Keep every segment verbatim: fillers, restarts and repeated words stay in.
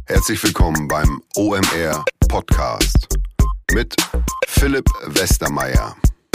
Herzlich willkommen beim O M R Podcast mit Philipp Westermeier.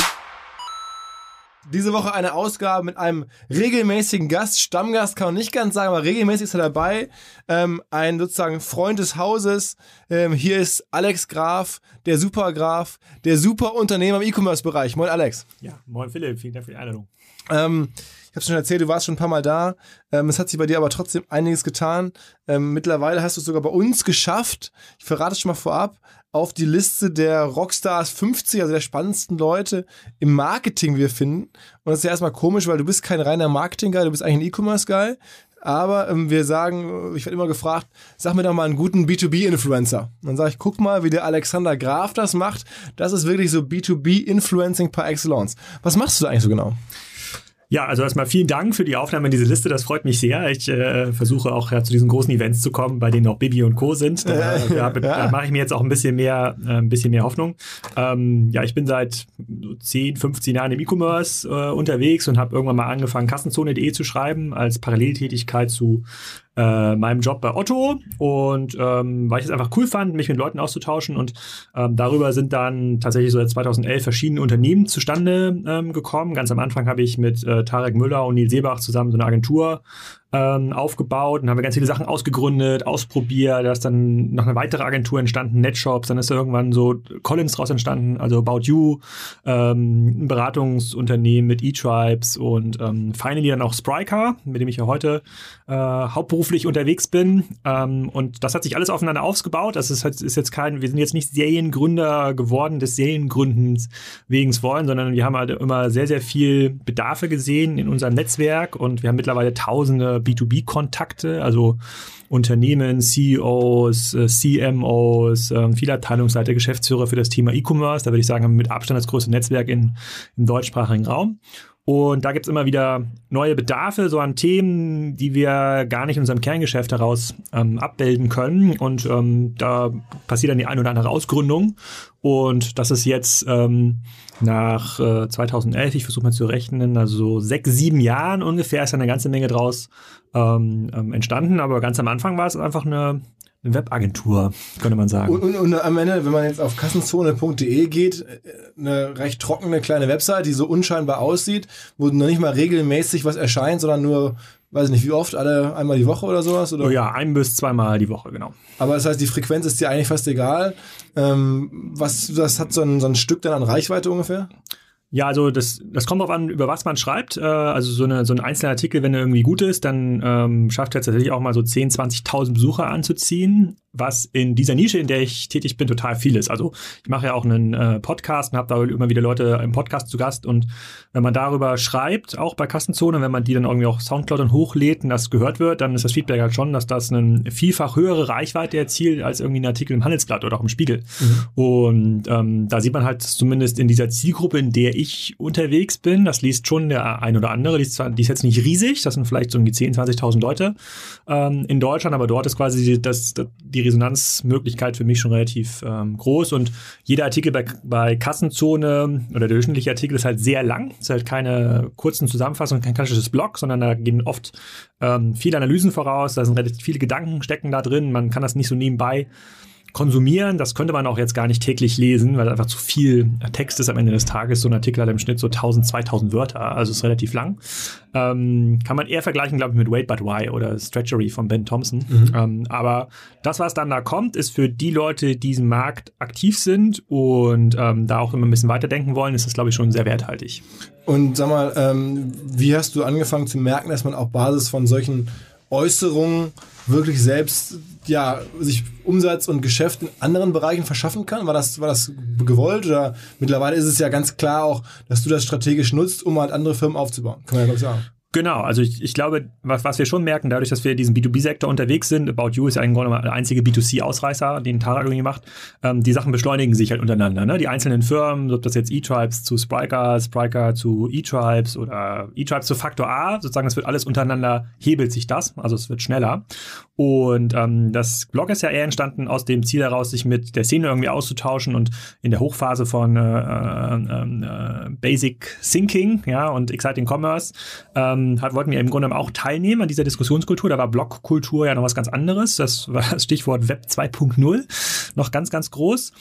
Diese Woche eine Ausgabe mit einem regelmäßigen Gast. Stammgast kann man nicht ganz sagen, aber regelmäßig ist er dabei. Ähm, ein sozusagen Freund des Hauses. Ähm, hier ist Alex Graf, der Supergraf, der Superunternehmer im E-Commerce-Bereich. Moin Alex. Ja, moin Philipp, vielen Dank für die Einladung. Ähm, ich habe schon erzählt, du warst schon ein paar Mal da. Ähm, es hat sich bei dir aber trotzdem einiges getan. Ähm, mittlerweile hast du es sogar bei uns geschafft. Ich verrate es schon mal vorab. Auf die Liste der Rockstars fünfzig, also der spannendsten Leute im Marketing, wir finden. Und das ist ja erstmal komisch, weil du bist kein reiner Marketing-Guy, du bist eigentlich ein E-Commerce-Guy. Aber ähm, wir sagen, ich werde immer gefragt, sag mir doch mal einen guten B zwei B-Influencer. Und dann sage ich, guck mal, wie der Alexander Graf das macht. Das ist wirklich so B zwei B-Influencing par excellence. Was machst du da eigentlich so genau? Ja, also erstmal vielen Dank für die Aufnahme in diese Liste, das freut mich sehr. Ich äh, versuche auch ja, zu diesen großen Events zu kommen, bei denen auch Bibi und Co. sind. Da, da, da, da mache ich mir jetzt auch ein bisschen mehr, äh, ein bisschen mehr Hoffnung. Ähm, ja, ich bin seit zehn, fünfzehn Jahren im E-Commerce äh, unterwegs und habe irgendwann mal angefangen, Kassenzone punkt de zu schreiben, als Paralleltätigkeit zu äh, meinem Job bei Otto. Und ähm, weil ich es einfach cool fand, mich mit Leuten auszutauschen. Und ähm, darüber sind dann tatsächlich so seit zweitausendelf verschiedene Unternehmen zustande ähm, gekommen. Ganz am Anfang habe ich mit äh, Tarek Müller und Nils Seebach zusammen so eine Agentur ähm, aufgebaut und haben wir ganz viele Sachen ausgegründet, ausprobiert. Da ist dann noch eine weitere Agentur entstanden, NetShops. Dann ist da irgendwann so Collins draus entstanden, also About You, ähm, ein Beratungsunternehmen mit E-Tribes und ähm, finally dann auch Spryker, mit dem ich ja heute äh, hauptberuflich unterwegs bin. Ähm, und das hat sich alles aufeinander aufgebaut. Das ist, ist jetzt kein, wir sind jetzt nicht Seriengründer geworden des Seriengründens wegen wollen, sondern wir haben halt immer sehr, sehr viel Bedarfe gesehen in unserem Netzwerk und wir haben mittlerweile tausende B zwei B-Kontakte, also Unternehmen, C E Os, C M Os, äh, viele Abteilungsleiter, Geschäftsführer für das Thema E-Commerce. Da würde ich sagen, haben wir mit Abstand das größte Netzwerk in, im deutschsprachigen Raum. Und da gibt es immer wieder neue Bedarfe, so an Themen, die wir gar nicht in unserem Kerngeschäft heraus ähm, abbilden können. Und ähm, da passiert dann die ein oder andere Ausgründung. Und das ist jetzt ähm, nach äh, zweitausendelf, ich versuche mal zu rechnen, also so sechs, sieben Jahren ungefähr, ist da eine ganze Menge draus ähm, ähm, entstanden. Aber ganz am Anfang war es einfach eine Eine Webagentur, könnte man sagen. Und, und, und am Ende, wenn man jetzt auf kassenzone punkt de geht, eine recht trockene kleine Website, die so unscheinbar aussieht, wo noch nicht mal regelmäßig was erscheint, sondern nur, weiß ich nicht, wie oft, alle einmal die Woche oder sowas? Oder? Oh ja, ein bis zweimal die Woche, genau. Aber das heißt, die Frequenz ist dir eigentlich fast egal. Ähm, was das hat so ein, so ein Stück dann an Reichweite ungefähr? Ja, also das, das kommt drauf an, über was man schreibt. Äh, also so, eine, so ein einzelner Artikel, wenn er irgendwie gut ist, dann ähm, schafft er tatsächlich auch mal so zehntausend, zwanzigtausend Besucher anzuziehen, was in dieser Nische, in der ich tätig bin, total viel ist. Also ich mache ja auch einen äh, Podcast und habe da immer wieder Leute im Podcast zu Gast. Und wenn man darüber schreibt, auch bei Kassenzone, wenn man die dann irgendwie auch Soundcloud und hochlädt und das gehört wird, dann ist das Feedback halt schon, dass das eine vielfach höhere Reichweite erzielt als irgendwie ein Artikel im Handelsblatt oder auch im Spiegel. Mhm. Und ähm, da sieht man halt zumindest in dieser Zielgruppe, in der ich unterwegs bin, das liest schon der ein oder andere, die ist, zwar, die ist jetzt nicht riesig, das sind vielleicht so um die zehntausend, zwanzigtausend Leute ähm, in Deutschland, aber dort ist quasi das, das, die Resonanzmöglichkeit für mich schon relativ ähm, groß und jeder Artikel bei, bei Kassenzone oder der durchschnittliche Artikel ist halt sehr lang, ist halt keine kurzen Zusammenfassungen, kein klassisches Blog, sondern da gehen oft ähm, viele Analysen voraus, da sind relativ viele Gedanken stecken da drin, man kann das nicht so nebenbei konsumieren, das könnte man auch jetzt gar nicht täglich lesen, weil einfach zu viel Text ist am Ende des Tages. So ein Artikel hat im Schnitt so tausend, zweitausend Wörter, also ist relativ lang. Ähm, kann man eher vergleichen, glaube ich, mit Wait But Why oder Stretchery von Ben Thompson. Mhm. Ähm, aber das, was dann da kommt, ist für die Leute, die diesen Markt aktiv sind und ähm, da auch immer ein bisschen weiterdenken wollen, ist das, glaube ich, schon sehr werthaltig. Und sag mal, ähm, wie hast du angefangen zu merken, dass man auf Basis von solchen Äußerungen wirklich selbst ja, sich Umsatz und Geschäft in anderen Bereichen verschaffen kann? War das, war das gewollt? Oder mittlerweile ist es ja ganz klar auch, dass du das strategisch nutzt, um halt andere Firmen aufzubauen. Kann man ja, glaube ich, sagen. Genau, also ich, ich glaube, was, was wir schon merken, dadurch, dass wir in diesem B zwei B-Sektor unterwegs sind, About You ist ja im Grunde mal der einzige B zwei C-Ausreißer, den Tarek irgendwie macht, ähm, die Sachen beschleunigen sich halt untereinander. Ne? Die einzelnen Firmen, ob das jetzt E-Tribes zu Spryker, Spryker zu E-Tribes oder E-Tribes zu Faktor A, sozusagen, das wird alles untereinander, hebelt sich das, also es wird schneller. Und ähm, das Blog ist ja eher entstanden aus dem Ziel heraus, sich mit der Szene irgendwie auszutauschen und in der Hochphase von äh, äh, äh, Basic Thinking, ja, und Exciting Commerce, ähm, ähm, hat, wollten wir im Grunde auch teilnehmen an dieser Diskussionskultur. Da war Blogkultur ja noch was ganz anderes. Das war das Stichwort Web zwei Punkt null, noch ganz, ganz groß.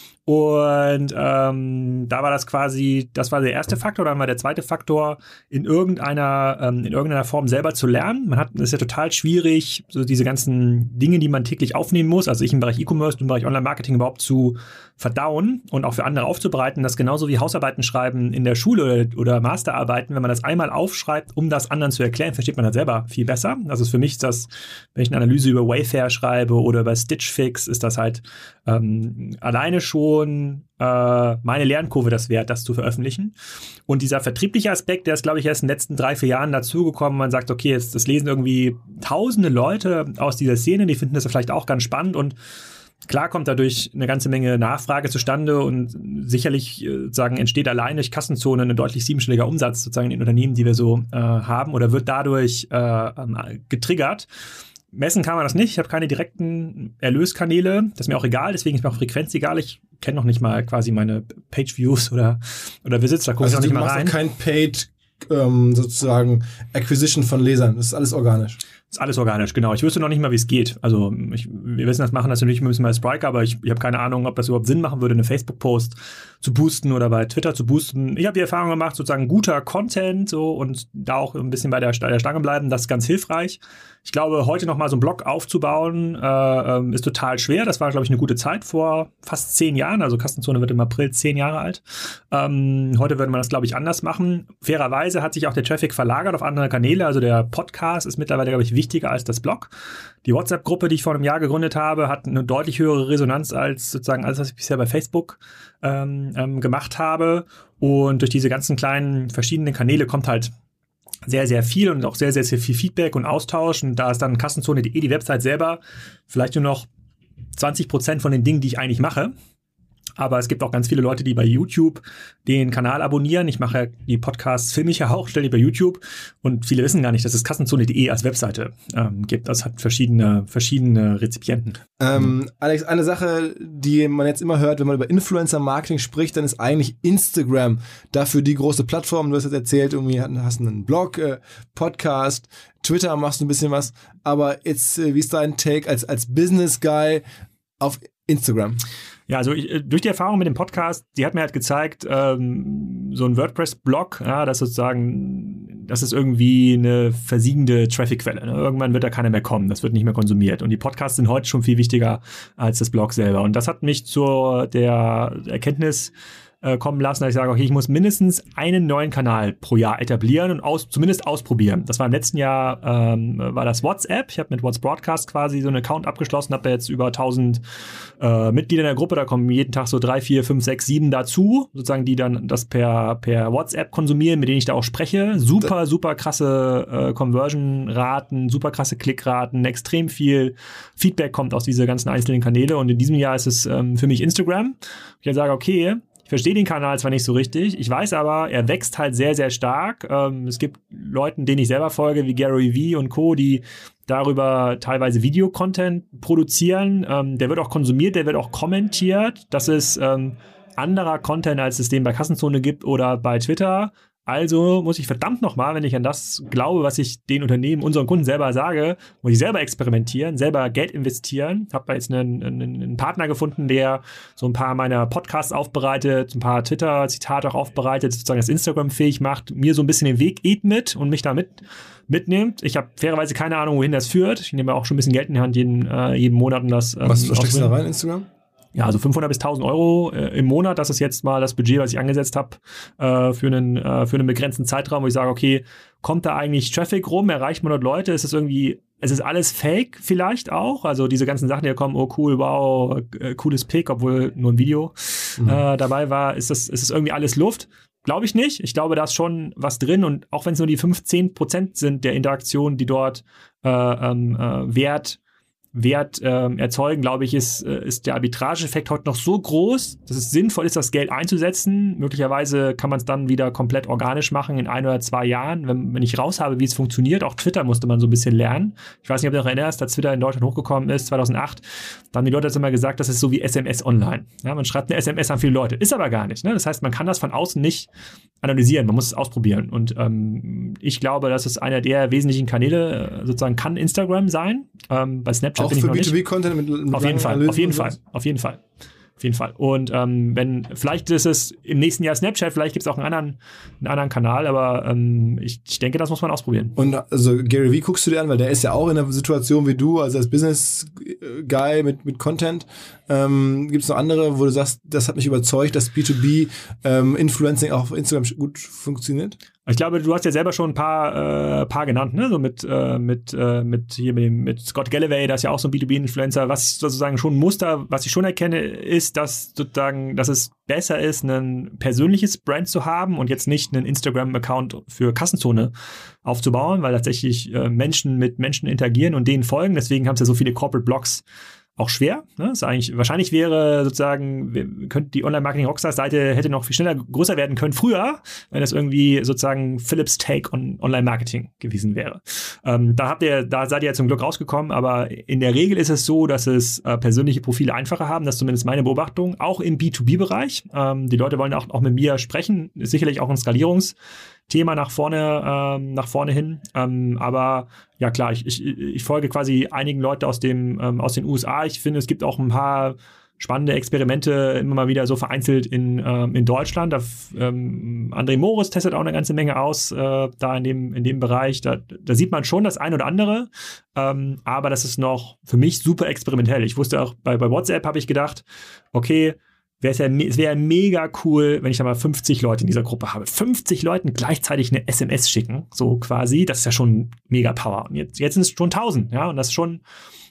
Und ähm, da war das quasi, das war der erste Faktor. Dann war der zweite Faktor, in irgendeiner, ähm, in irgendeiner Form selber zu lernen. Man hat, das ist ja total schwierig, so diese ganzen Dinge, die man täglich aufnehmen muss, also ich im Bereich E-Commerce, im Bereich Online-Marketing überhaupt zu verdauen und auch für andere aufzubereiten. Das genauso wie Hausarbeiten schreiben in der Schule oder, oder Masterarbeiten. Wenn man das einmal aufschreibt, um das anderen zu erklären, versteht man das selber viel besser. Also für mich ist das, wenn ich eine Analyse über Wayfair schreibe oder über Stitch Fix, ist das halt ähm, alleine schon äh, meine Lernkurve das wert, das zu veröffentlichen. Und dieser vertriebliche Aspekt, der ist, glaube ich, erst in den letzten drei, vier Jahren dazugekommen. Man sagt, okay, jetzt das lesen irgendwie tausende Leute aus dieser Szene, die finden das vielleicht auch ganz spannend und klar kommt dadurch eine ganze Menge Nachfrage zustande und sicherlich äh, sagen, entsteht allein durch Kassenzone ein deutlich siebenstelliger Umsatz sozusagen in den Unternehmen, die wir so äh, haben oder wird dadurch äh, getriggert. Messen kann man das nicht. Ich habe keine direkten Erlöskanäle. Das ist mir auch egal. Deswegen ist mir auch Frequenz egal. Ich kenne noch nicht mal quasi meine Page-Views oder, oder Visits. Da gucke also ich noch nicht mal rein. Also du machst kein Paid ähm, sozusagen Acquisition von Lesern. Das ist alles organisch. Das ist alles organisch, genau. Ich wüsste noch nicht mal, wie es geht. Also ich, wir wissen, das machen das natürlich ein bisschen bei Spryker, aber ich, ich habe keine Ahnung, ob das überhaupt Sinn machen würde, eine Facebook-Post zu boosten oder bei Twitter zu boosten. Ich habe die Erfahrung gemacht, sozusagen guter Content so und da auch ein bisschen bei der, der Stange bleiben, das ist ganz hilfreich. Ich glaube, heute noch mal so einen Blog aufzubauen, äh, ist total schwer. Das war, glaube ich, eine gute Zeit vor fast zehn Jahren. Also Kassenzone wird im April zehn Jahre alt. Ähm, heute würde man das, glaube ich, anders machen. Fairerweise hat sich auch der Traffic verlagert auf andere Kanäle. Also der Podcast ist mittlerweile, glaube ich, wichtiger als das Blog. Die WhatsApp-Gruppe, die ich vor einem Jahr gegründet habe, hat eine deutlich höhere Resonanz als sozusagen alles, was ich bisher bei Facebook ähm, ähm, gemacht habe. Und durch diese ganzen kleinen verschiedenen Kanäle kommt halt sehr, sehr viel und auch sehr, sehr, sehr viel Feedback und Austausch. Und da ist dann Kassenzone punkt de, die Website selber, vielleicht nur noch zwanzig Prozent von den Dingen, die ich eigentlich mache. Aber es gibt auch ganz viele Leute, die bei YouTube den Kanal abonnieren. Ich mache ja die Podcasts, filme ich ja auch, stelle die bei YouTube. Und viele wissen gar nicht, dass es Kassenzone punkt de als Webseite ähm, gibt. Das hat verschiedene, verschiedene Rezipienten. Ähm, Alex, eine Sache, die man jetzt immer hört, wenn man über Influencer-Marketing spricht, dann ist eigentlich Instagram dafür die große Plattform. Du hast jetzt erzählt, irgendwie hast du einen Blog, äh, Podcast, Twitter machst du ein bisschen was. Aber jetzt, äh, wie ist dein Take als, als Business-Guy auf Instagram? Ja, also ich, durch die Erfahrung mit dem Podcast, die hat mir halt gezeigt, ähm, so ein WordPress-Blog, ja, das sozusagen, das ist irgendwie eine versiegende Traffic-Quelle. Ne? Irgendwann wird da keiner mehr kommen, das wird nicht mehr konsumiert. Und die Podcasts sind heute schon viel wichtiger als das Blog selber. Und das hat mich zu der Erkenntnis äh, kommen lassen, dass ich sage, okay, ich muss mindestens einen neuen Kanal pro Jahr etablieren und aus, zumindest ausprobieren. Das war im letzten Jahr, ähm, war das WhatsApp. Ich habe mit What's Broadcast quasi so einen Account abgeschlossen, habe da jetzt über tausend äh, Mitglieder in der Gruppe, da kommen jeden Tag so drei, vier, fünf, sechs, sieben dazu, sozusagen, die dann das per, per WhatsApp konsumieren, mit denen ich da auch spreche. Super, super krasse äh, Conversion-Raten, super krasse Klickraten, extrem viel Feedback kommt aus diese ganzen einzelnen Kanäle und in diesem Jahr ist es ähm, für mich Instagram. Ich halt sage, okay, ich verstehe den Kanal zwar nicht so richtig, ich weiß aber, er wächst halt sehr, sehr stark. Ähm, es gibt Leuten, denen ich selber folge, wie Gary Vee und Co., die darüber teilweise Videocontent produzieren. Ähm, der wird auch konsumiert, der wird auch kommentiert. Das ist ähm, anderer Content, als es den bei Kassenzone gibt oder bei Twitter. Also muss ich verdammt nochmal, wenn ich an das glaube, was ich den Unternehmen, unseren Kunden selber sage, muss ich selber experimentieren, selber Geld investieren. Habe da jetzt einen, einen, einen Partner gefunden, der so ein paar meiner Podcasts aufbereitet, ein paar Twitter-Zitate auch aufbereitet, sozusagen das Instagram fähig macht, mir so ein bisschen den Weg ebnet und mich damit mitnimmt. Ich habe fairerweise keine Ahnung, wohin das führt. Ich nehme auch schon ein bisschen Geld in die Hand jeden, äh, jeden Monat. Um das, ähm, was, was steckst du da rein, Instagram? Ja, also fünfhundert bis tausend Euro äh, im Monat, das ist jetzt mal das Budget, was ich angesetzt habe äh, für einen äh, für einen begrenzten Zeitraum, wo ich sage, okay, kommt da eigentlich Traffic rum, erreicht man dort Leute, ist es irgendwie, es ist alles Fake vielleicht auch, also diese ganzen Sachen, die da kommen, oh cool, wow, äh, cooles Pick, obwohl nur ein Video mhm. äh, dabei war, ist das, ist das irgendwie alles Luft? Glaube ich nicht. Ich glaube, da ist schon was drin und auch wenn es nur die fünf, zehn Prozent sind der Interaktionen, die dort äh, ähm, äh, Wert Wert ähm, erzeugen, glaube ich, ist, äh, ist der Arbitrageeffekt heute noch so groß, dass es sinnvoll ist, das Geld einzusetzen. Möglicherweise kann man es dann wieder komplett organisch machen in ein oder zwei Jahren, wenn, wenn ich raus habe, wie es funktioniert. Auch Twitter musste man so ein bisschen lernen. Ich weiß nicht, ob du dich noch erinnerst, als Twitter in Deutschland hochgekommen ist, zweitausendacht, da haben die Leute jetzt immer gesagt, das ist so wie S M S online. Ja, man schreibt eine S M S an viele Leute. Ist aber gar nicht. Ne? Das heißt, man kann das von außen nicht analysieren. Man muss es ausprobieren. Und ähm, ich glaube, das ist einer der wesentlichen Kanäle, sozusagen kann Instagram sein. Ähm, bei Snapchat auch bin ich für noch B zwei B nicht. Content mit, mit auf jeden Fall, Analysen auf jeden und Fall, sowas? auf jeden Fall. Auf jeden Fall. Und ähm, wenn, vielleicht ist es im nächsten Jahr Snapchat, vielleicht gibt es auch einen anderen, einen anderen Kanal, aber ähm, ich, ich denke, das muss man ausprobieren. Und also Gary Vee guckst du dir an, weil der ist ja auch in einer Situation wie du, also als Business-Guy mit, mit Content. Ähm, gibt es noch andere, wo du sagst, das hat mich überzeugt, dass B zwei B ähm, Influencing auch auf Instagram gut funktioniert? Ich glaube, du hast ja selber schon ein paar, äh, paar genannt, ne? So mit, äh, mit, äh, mit hier mit, dem, mit Scott Galloway, das ist ja auch so ein B zwei B-Influencer. Was ich sozusagen schon ein Muster, was ich schon erkenne, ist, dass sozusagen, dass es besser ist, ein persönliches Brand zu haben und jetzt nicht einen Instagram-Account für Kassenzone aufzubauen, weil tatsächlich äh, Menschen mit Menschen interagieren und denen folgen. Deswegen haben es ja so viele Corporate Blogs auch schwer. Ne? Ist eigentlich, wahrscheinlich wäre sozusagen, wir, könnte die Online-Marketing-Rockstars-Seite hätte noch viel schneller größer werden können früher, wenn das irgendwie sozusagen Philips Take on Online-Marketing gewesen wäre. Ähm, da habt ihr, da seid ihr ja zum Glück rausgekommen, aber in der Regel ist es so, dass es äh, persönliche Profile einfacher haben. Das ist zumindest meine Beobachtung. Auch im B zwei B-Bereich. Ähm, die Leute wollen auch, auch mit mir sprechen. Ist sicherlich auch ein Skalierungs- Thema nach vorne, ähm, nach vorne hin. Ähm, aber ja klar, ich, ich, ich folge quasi einigen Leuten aus dem ähm, aus den U S A. Ich finde, es gibt auch ein paar spannende Experimente immer mal wieder so vereinzelt in, ähm, in Deutschland. Da, ähm, André Moritz testet auch eine ganze Menge aus äh, da in dem, in dem Bereich. Da, da sieht man schon das ein oder andere. Ähm, aber das ist noch für mich super experimentell. Ich wusste auch, bei, bei WhatsApp habe ich gedacht, okay, Wär's ja, es wäre mega cool, wenn ich da mal fünfzig Leute in dieser Gruppe habe. fünfzig Leuten gleichzeitig eine S M S schicken, so quasi. Das ist ja schon mega Power. Und jetzt, jetzt sind es schon tausend, ja. Und das ist schon,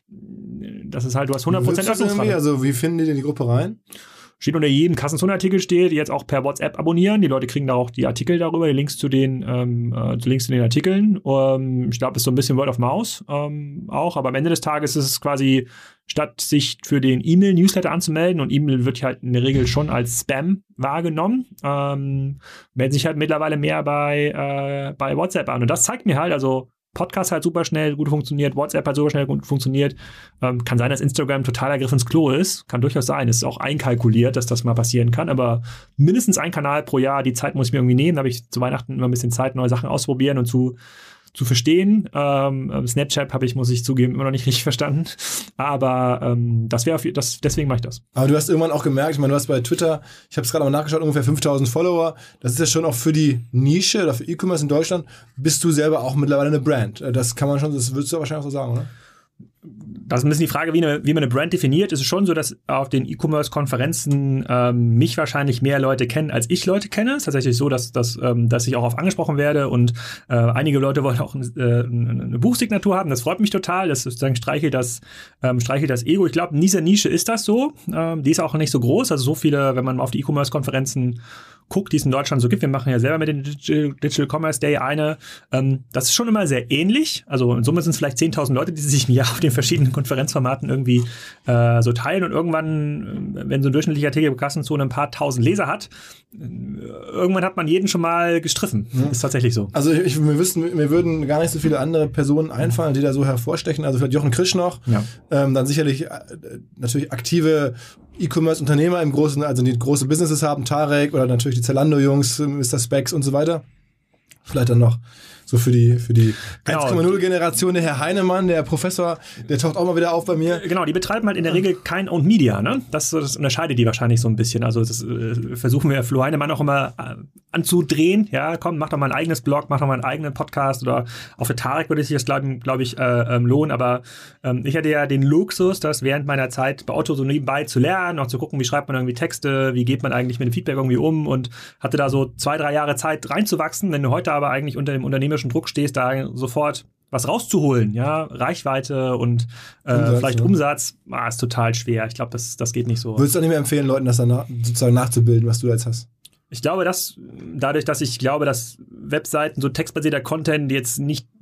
das ist halt, du hast hundert Prozent Öffnungsrate. Also, wie finden die denn die Gruppe rein? Steht unter jedem Kassenzone-Artikel, steht jetzt auch per WhatsApp abonnieren. Die Leute kriegen da auch die Artikel darüber, die Links zu den, ähm, äh, die Links zu den Artikeln. Ähm, ich glaube, es ist so ein bisschen Word of Mouth ähm, auch. Aber am Ende des Tages ist es quasi, statt sich für den E-Mail-Newsletter anzumelden, und E-Mail wird halt in der Regel schon als Spam wahrgenommen, ähm, melden sich halt mittlerweile mehr bei, äh, bei WhatsApp an. Und das zeigt mir halt, also Podcast halt super schnell gut funktioniert, WhatsApp halt super schnell gut funktioniert. Ähm, kann sein, dass Instagram totaler Griff ins Klo ist. Kann durchaus sein. Es ist auch einkalkuliert, dass das mal passieren kann. Aber mindestens ein Kanal pro Jahr, die Zeit muss ich mir irgendwie nehmen. Da habe ich zu Weihnachten immer ein bisschen Zeit, neue Sachen auszuprobieren und zu zu verstehen. Ähm, Snapchat habe ich, muss ich zugeben, immer noch nicht richtig verstanden. Aber ähm, das wäre, das, deswegen mache ich das. Aber du hast irgendwann auch gemerkt, ich meine, du hast bei Twitter, ich habe es gerade mal nachgeschaut, ungefähr fünftausend Follower. Das ist ja schon auch für die Nische oder für E-Commerce in Deutschland, bist du selber auch mittlerweile eine Brand. Das kann man schon, das würdest du wahrscheinlich auch so sagen, oder? Das ist ein bisschen die Frage, wie, eine, wie man eine Brand definiert. Es ist schon so, dass auf den E-Commerce-Konferenzen ähm, mich wahrscheinlich mehr Leute kennen, als ich Leute kenne. Es ist tatsächlich so, dass, dass, ähm, dass ich auch auf angesprochen werde und äh, einige Leute wollen auch äh, eine Buchsignatur haben. Das freut mich total. Das sozusagen streichelt das, ähm, streichelt das Ego. Ich glaube, in dieser Nische ist das so. Ähm, die ist auch nicht so groß. Also so viele, wenn man auf die E-Commerce-Konferenzen guckt, die es in Deutschland so gibt. Wir machen ja selber mit dem Digital, Digital Commerce Day eine. Ähm, das ist schon immer sehr ähnlich. Also in Summe sind es vielleicht zehntausend Leute, die sich im Jahr auf den verschiedenen Konferenzformaten irgendwie äh, so teilen. Und irgendwann, wenn so ein durchschnittlicher Artikel über Kassenzone ein paar tausend Leser hat, irgendwann hat man jeden schon mal gestriffen. Ja. Ist tatsächlich so. Also ich, mir, wüssten, mir würden gar nicht so viele andere Personen einfallen, die da so hervorstechen. Also vielleicht Jochen Krisch noch. Ja. Ähm, dann sicherlich äh, natürlich aktive E-Commerce-Unternehmer im großen, also die große Businesses haben, Tarek oder natürlich die Zalando-Jungs, Mister Specs und so weiter. Vielleicht dann noch so für die, für die genau. eins Komma null Generation der Herr Heinemann, der Professor, der taucht auch mal wieder auf bei mir. Genau, die betreiben halt in der Regel kein Owned Media, ne? Das, das unterscheidet die wahrscheinlich so ein bisschen. Also das äh, versuchen wir Flo Heinemann auch immer äh, anzudrehen. Ja, komm, mach doch mal ein eigenes Blog, mach doch mal einen eigenen Podcast oder auch für Tarek würde sich das, glaube glaub ich, äh, ähm, lohnen. Aber ähm, ich hatte ja den Luxus, das während meiner Zeit bei Otto so nebenbei zu lernen, auch zu gucken, wie schreibt man irgendwie Texte, wie geht man eigentlich mit dem Feedback irgendwie um und hatte da so zwei, drei Jahre Zeit reinzuwachsen. Wenn du heute aber eigentlich unter dem unternehmerischen Druck stehst, da sofort was rauszuholen, ja, Reichweite und äh, Umsatz, vielleicht ja. Umsatz, ah, ist total schwer. Ich glaube, das, das geht nicht so. Würdest du auch nicht mehr empfehlen, Leuten das dann sozusagen nachzubilden, was du da jetzt hast? Ich glaube, dass dadurch, dass ich glaube, dass Webseiten, so textbasierter Content jetzt nicht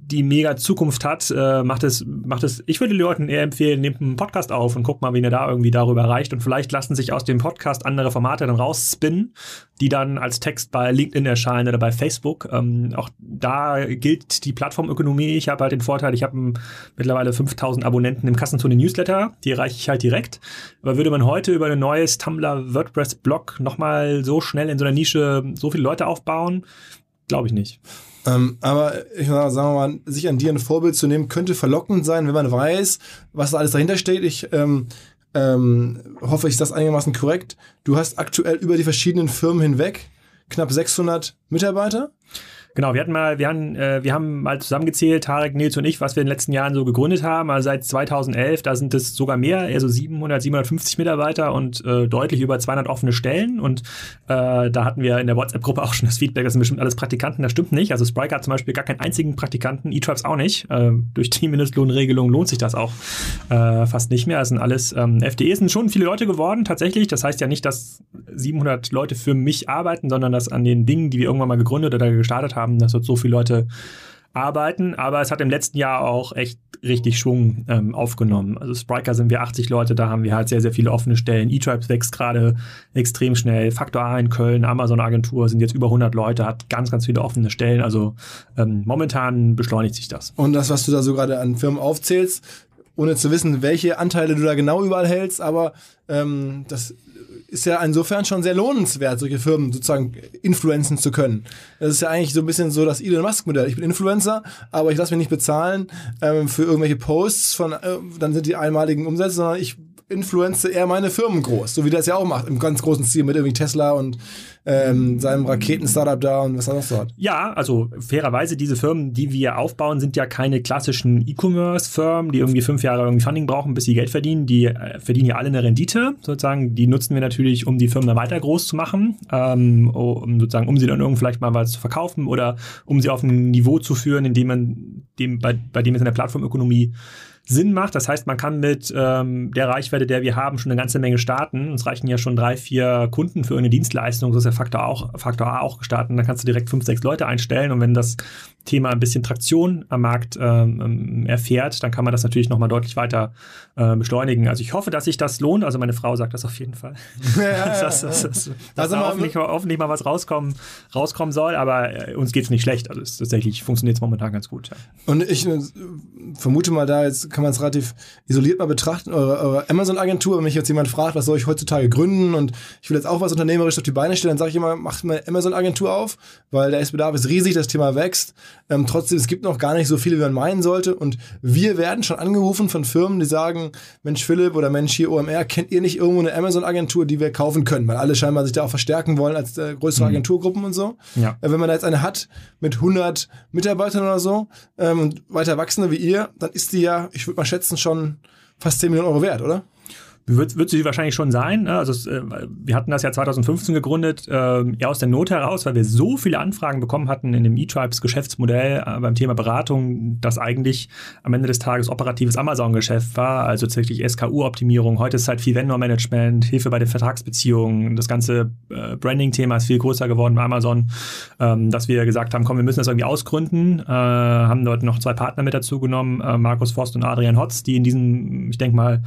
die mega Zukunft hat, äh, macht es, macht es, ich würde den Leuten eher empfehlen, nehmt einen Podcast auf und guckt mal, wie ihr da irgendwie darüber erreicht. Und vielleicht lassen sich aus dem Podcast andere Formate dann rausspinnen, die dann als Text bei LinkedIn erscheinen oder bei Facebook. Ähm, auch da gilt die Plattformökonomie. Ich habe halt den Vorteil, ich habe mittlerweile fünftausend Abonnenten im Kassenzone Newsletter. Die erreiche ich halt direkt. Aber würde man heute über ein neues Tumblr WordPress-Blog nochmal so schnell in so einer Nische so viele Leute aufbauen? Glaube ich nicht. Ähm, aber ich sag, sagen wir mal, sich an dir ein Vorbild zu nehmen, könnte verlockend sein, wenn man weiß, was da alles dahinter steht. Ich ähm, ähm, hoffe, ich das einigermaßen korrekt. Du hast aktuell über die verschiedenen Firmen hinweg knapp sechshundert Mitarbeiter. Genau, wir hatten mal, wir haben, äh, wir haben mal zusammengezählt, Tarek, Nils und ich, was wir in den letzten Jahren so gegründet haben. Also seit zweitausendelf, da sind es sogar mehr, also siebenhundert, siebenhundertfünfzig Mitarbeiter und äh, deutlich über zweihundert offene Stellen. Und äh, da hatten wir in der WhatsApp-Gruppe auch schon das Feedback, das sind bestimmt alles Praktikanten. Das stimmt nicht. Also Spryker hat zum Beispiel gar keinen einzigen Praktikanten, eTribes auch nicht. Äh, durch die Mindestlohnregelung lohnt sich das auch äh, fast nicht mehr. Das sind alles ähm, F D Es, sind schon viele Leute geworden tatsächlich. Das heißt ja nicht, dass siebenhundert Leute für mich arbeiten, sondern dass an den Dingen, die wir irgendwann mal gegründet oder gestartet haben, dass dort so viele Leute arbeiten, aber es hat im letzten Jahr auch echt richtig Schwung ähm, aufgenommen. Also Spryker sind wir achtzig Leute, da haben wir halt sehr, sehr viele offene Stellen. eTribes wächst gerade extrem schnell. Faktor A in Köln, Amazon-Agentur sind jetzt über hundert Leute, hat ganz, ganz viele offene Stellen. Also ähm, momentan beschleunigt sich das. Und das, was du da so gerade an Firmen aufzählst, ohne zu wissen, welche Anteile du da genau überall hältst, aber ähm, das ist ja insofern schon sehr lohnenswert, solche Firmen sozusagen influenzen zu können. Das ist ja eigentlich so ein bisschen so das Elon Musk-Modell. Ich bin Influencer, aber ich lasse mich nicht bezahlen ähm, für irgendwelche Posts, von, äh, dann sind die einmaligen Umsätze, sondern ich influenze eher meine Firmen groß, so wie der es ja auch macht, im ganz großen Stil mit irgendwie Tesla und ähm, seinem Raketen-Startup da und was er noch so hat. Ja, also fairerweise, diese Firmen, die wir aufbauen, sind ja keine klassischen E-Commerce-Firmen, die irgendwie fünf Jahre irgendwie Funding brauchen, bis sie Geld verdienen. Die äh, verdienen ja alle eine Rendite, sozusagen. Die nutzen wir natürlich, um die Firmen dann weiter groß zu machen, ähm, um sozusagen, um sie dann irgendwie vielleicht mal was zu verkaufen oder um sie auf ein Niveau zu führen, in dem man, dem, bei, bei dem es in der Plattformökonomie Sinn macht. Das heißt, man kann mit ähm, der Reichweite, der wir haben, schon eine ganze Menge starten. Uns reichen ja schon drei, vier Kunden für eine Dienstleistung. So ist der Faktor, auch, Faktor A auch gestartet. Dann kannst du direkt fünf, sechs Leute einstellen. Und wenn das Thema ein bisschen Traktion am Markt ähm, erfährt, dann kann man das natürlich nochmal deutlich weiter äh, beschleunigen. Also ich hoffe, dass sich das lohnt. Also meine Frau sagt das auf jeden Fall. Ja, ja, ja, dass dass, dass, dass also da hoffentlich, hoffentlich mal was rauskommen, rauskommen soll. Aber äh, uns geht es nicht schlecht. Also es tatsächlich funktioniert es momentan ganz gut. Ja. Und ich äh, vermute mal, da jetzt kann man es relativ isoliert mal betrachten, eure, eure Amazon-Agentur. Wenn mich jetzt jemand fragt, was soll ich heutzutage gründen und ich will jetzt auch was unternehmerisch auf die Beine stellen, dann sage ich immer, macht mal Amazon-Agentur auf, weil der Bedarf ist riesig, das Thema wächst. Ähm, trotzdem, es gibt noch gar nicht so viele, wie man meinen sollte. Und wir werden schon angerufen von Firmen, die sagen, Mensch Philipp oder Mensch hier O M R, kennt ihr nicht irgendwo eine Amazon-Agentur, die wir kaufen können? Weil alle scheinbar sich da auch verstärken wollen als äh, größere mhm. Agenturgruppen und so. Ja. Äh, wenn man da jetzt eine hat mit hundert Mitarbeitern oder so ähm, und weiter wachsende wie ihr, dann ist die ja, ich würde mal schätzen, schon fast zehn Millionen Euro wert, oder? Wird, wird sie wahrscheinlich schon sein. Also es, äh, wir hatten das ja zweitausendfünfzehn gegründet, äh, eher aus der Not heraus, weil wir so viele Anfragen bekommen hatten in dem eTribes Geschäftsmodell äh, beim Thema Beratung, das eigentlich am Ende des Tages operatives Amazon-Geschäft war, also tatsächlich S K U-Optimierung. Heute ist halt viel Vendor-Management, Hilfe bei den Vertragsbeziehungen. Das ganze äh, Branding-Thema ist viel größer geworden bei Amazon, ähm, dass wir gesagt haben, komm, wir müssen das irgendwie ausgründen. Äh, haben dort noch zwei Partner mit dazu genommen, äh, Markus Forst und Adrian Hotz, die in diesem, ich denke mal,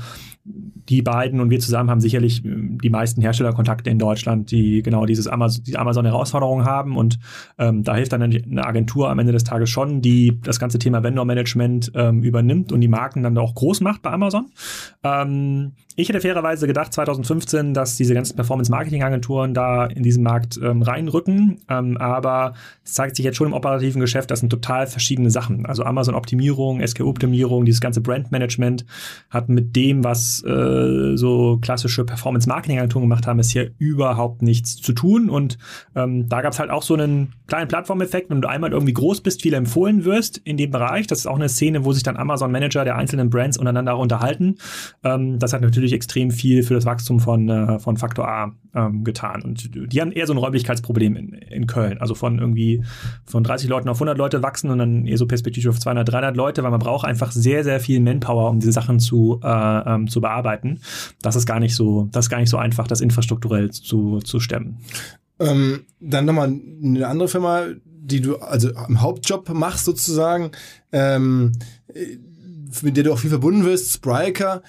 die beiden und wir zusammen haben sicherlich die meisten Herstellerkontakte in Deutschland, die genau dieses Amazon, die Amazon-Herausforderungen haben und ähm, da hilft dann eine Agentur am Ende des Tages schon, die das ganze Thema Vendor-Management ähm, übernimmt und die Marken dann auch groß macht bei Amazon. Ähm, ich hätte fairerweise gedacht zweitausendfünfzehn, dass diese ganzen Performance-Marketing-Agenturen da in diesen Markt ähm, reinrücken, ähm, aber es zeigt sich jetzt schon im operativen Geschäft, das sind total verschiedene Sachen. Also Amazon-Optimierung, S K U-Optimierung, dieses ganze Brand-Management hat mit dem, was äh, so klassische Performance-Marketing-Agenturen gemacht haben, ist hier überhaupt nichts zu tun und ähm, da gab es halt auch so einen kleinen Plattformeffekt, wenn du einmal irgendwie groß bist, viel empfohlen wirst in dem Bereich. Das ist auch eine Szene, wo sich dann Amazon-Manager der einzelnen Brands untereinander unterhalten. Ähm, das hat natürlich extrem viel für das Wachstum von, äh, von Faktor A ähm, getan. Und die haben eher so ein Räumlichkeitsproblem in, in Köln. Also von irgendwie von dreißig Leuten auf hundert Leute wachsen und dann eher so perspektivisch auf zweihundert, dreihundert Leute, weil man braucht einfach sehr, sehr viel Manpower, um diese Sachen zu, äh, ähm, zu bearbeiten. Das ist gar nicht so, das ist gar nicht so einfach, das infrastrukturell zu, zu stemmen. Ähm, dann nochmal eine andere Firma, die du also im Hauptjob machst sozusagen, ähm, mit der du auch viel verbunden wirst, Spryker.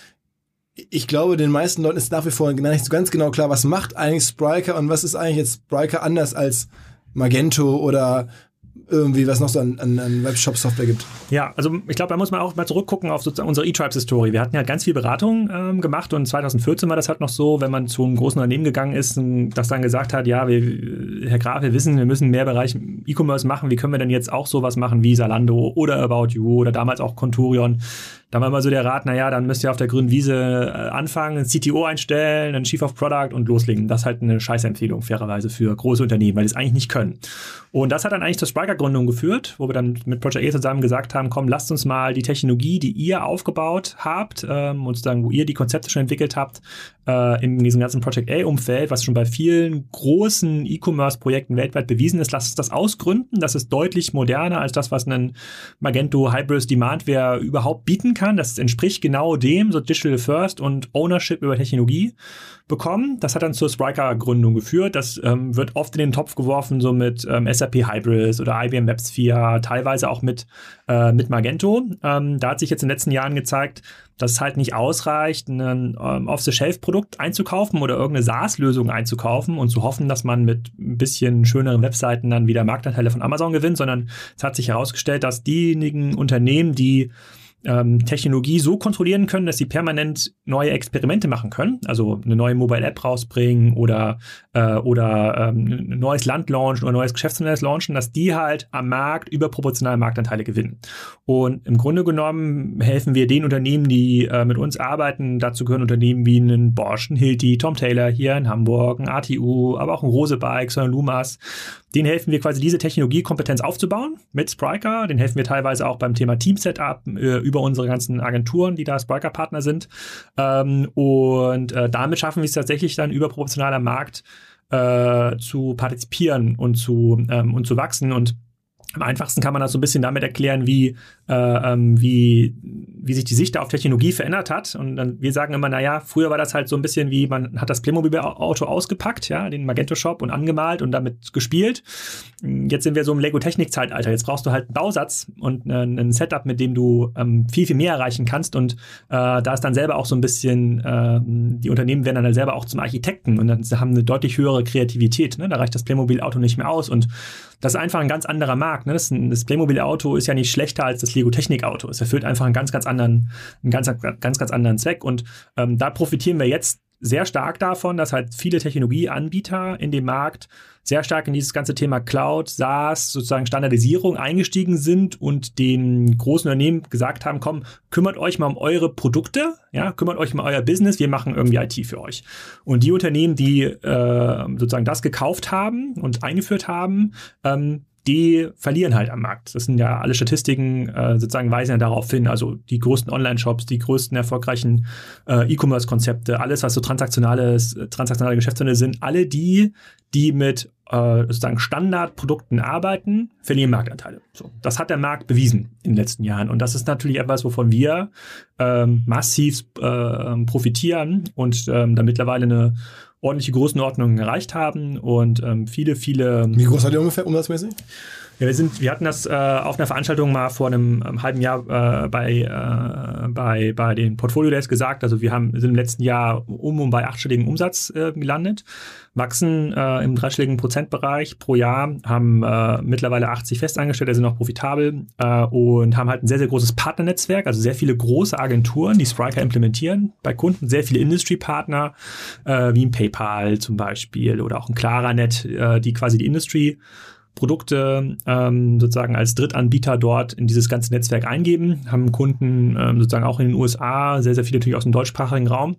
Ich glaube, den meisten Leuten ist nach wie vor gar nicht so ganz genau klar, was macht eigentlich Spryker und was ist eigentlich jetzt Spryker anders als Magento oder irgendwie, was noch so an, an, an Webshop-Software gibt. Ja, also ich glaube, da muss man auch mal zurückgucken auf sozusagen unsere eTribes-Historie. Wir hatten ja ganz viel Beratung ähm, gemacht und zwanzig vierzehn war das halt noch so, wenn man zu einem großen Unternehmen gegangen ist, das dann gesagt hat, ja, wir, Herr Graf, wir wissen, wir müssen mehr Bereich E-Commerce machen, wie können wir denn jetzt auch sowas machen wie Zalando oder About You oder damals auch Conturion. Da war immer so der Rat, naja, dann müsst ihr auf der grünen Wiese äh, anfangen, einen C T O einstellen, einen Chief of Product und loslegen. Das ist halt eine Scheißempfehlung, fairerweise, für große Unternehmen, weil die es eigentlich nicht können. Und das hat dann eigentlich zur Spryker-Gründung geführt, wo wir dann mit Project A zusammen gesagt haben, komm, lasst uns mal die Technologie, die ihr aufgebaut habt, ähm, und sozusagen, wo ihr die Konzepte schon entwickelt habt, äh, in diesem ganzen Project A-Umfeld, was schon bei vielen großen E-Commerce-Projekten weltweit bewiesen ist, lasst uns das ausgründen. Das ist deutlich moderner als das, was ein Magento Hybris Demandware überhaupt bieten kann. Das entspricht genau dem, so Digital First und Ownership über Technologie bekommen. Das hat dann zur Spryker-Gründung geführt. Das ähm, wird oft in den Topf geworfen, so mit ähm, S A P Hybris oder I B M WebSphere, teilweise auch mit, äh, mit Magento. Ähm, da hat sich jetzt in den letzten Jahren gezeigt, dass es halt nicht ausreicht, ein ähm, Off-the-Shelf-Produkt einzukaufen oder irgendeine SaaS-Lösung einzukaufen und zu hoffen, dass man mit ein bisschen schöneren Webseiten dann wieder Marktanteile von Amazon gewinnt, sondern es hat sich herausgestellt, dass diejenigen Unternehmen, die Ähm, Technologie so kontrollieren können, dass sie permanent neue Experimente machen können, also eine neue Mobile-App rausbringen oder, äh, oder ähm, ein neues Land launchen oder ein neues Geschäftsmodell launchen, dass die halt am Markt überproportional Marktanteile gewinnen. Und im Grunde genommen helfen wir den Unternehmen, die äh, mit uns arbeiten. Dazu gehören Unternehmen wie ein Bosch, ein Hilti, Tom Taylor hier in Hamburg, ein A T U, aber auch ein Rose Bikes oder ein Lumas. Denen helfen wir quasi, diese Technologiekompetenz aufzubauen mit Spryker. Den helfen wir teilweise auch beim Thema Team-Setup äh, über unsere ganzen Agenturen, die da Spryker-Partner sind. Ähm, und äh, damit schaffen wir es tatsächlich dann überproportional am Markt äh, zu partizipieren und zu, ähm, und zu wachsen. Und am einfachsten kann man das so ein bisschen damit erklären, wie, äh, ähm, wie, wie sich die Sicht auf Technologie verändert hat. Und dann, wir sagen immer, naja, früher war das halt so ein bisschen wie, man hat das Playmobil-Auto ausgepackt, ja, den Magento-Shop und angemalt und damit gespielt. Jetzt sind wir so im Lego-Technik-Zeitalter. Jetzt brauchst du halt einen Bausatz und äh, ein Setup, mit dem du ähm, viel, viel mehr erreichen kannst. Und äh, da ist dann selber auch so ein bisschen, äh, die Unternehmen werden dann halt selber auch zum Architekten und dann haben eine deutlich höhere Kreativität. Ne? Da reicht das Playmobil-Auto nicht mehr aus. Und das ist einfach ein ganz anderer Markt. Ne? Das, das Playmobil-Auto ist ja nicht schlechter als das Lego-Technik-Auto. Es erfüllt einfach einen ganz, ganz anderen, einen ganz, ganz, ganz anderen Zweck. Und ähm, da profitieren wir jetzt sehr stark davon, dass halt viele Technologieanbieter in dem Markt sehr stark in dieses ganze Thema Cloud, SaaS, sozusagen Standardisierung eingestiegen sind und den großen Unternehmen gesagt haben, komm, kümmert euch mal um eure Produkte, ja, kümmert euch mal um euer Business, wir machen irgendwie I T für euch. Und die Unternehmen, die äh, sozusagen das gekauft haben und eingeführt haben, ähm, die verlieren halt am Markt. Das sind ja alle Statistiken, äh, sozusagen weisen ja darauf hin, also die größten Online-Shops, die größten erfolgreichen äh, E-Commerce-Konzepte, alles, was so transaktionales, transaktionale Geschäftsmodelle sind, alle die, die mit äh, sozusagen Standardprodukten arbeiten, verlieren Marktanteile. So, das hat der Markt bewiesen in den letzten Jahren und das ist natürlich etwas, wovon wir ähm, massiv äh, profitieren und ähm, da mittlerweile eine ordentliche Größenordnung erreicht haben und ähm, viele, viele... Wie groß seid ihr ungefähr umsatzmäßig? Ja, wir sind, wir hatten das äh, auf einer Veranstaltung mal vor einem, einem halben Jahr äh, bei, äh, bei, bei den Portfolio Days gesagt. Also wir haben sind im letzten Jahr um und bei achtstelligen Umsatz äh, gelandet, wachsen äh, im dreistelligen Prozentbereich pro Jahr, haben äh, mittlerweile achtzig Festangestellte, sind auch profitabel äh, und haben halt ein sehr, sehr großes Partnernetzwerk, also sehr viele große Agenturen, die Spryker implementieren bei Kunden, sehr viele Industry-Partner, äh, wie ein PayPal zum Beispiel oder auch ein Claranet, äh, die quasi die Industry Produkte ähm, sozusagen als Drittanbieter dort in dieses ganze Netzwerk eingeben, haben Kunden ähm, sozusagen auch in den U S A, sehr, sehr viele natürlich aus dem deutschsprachigen Raum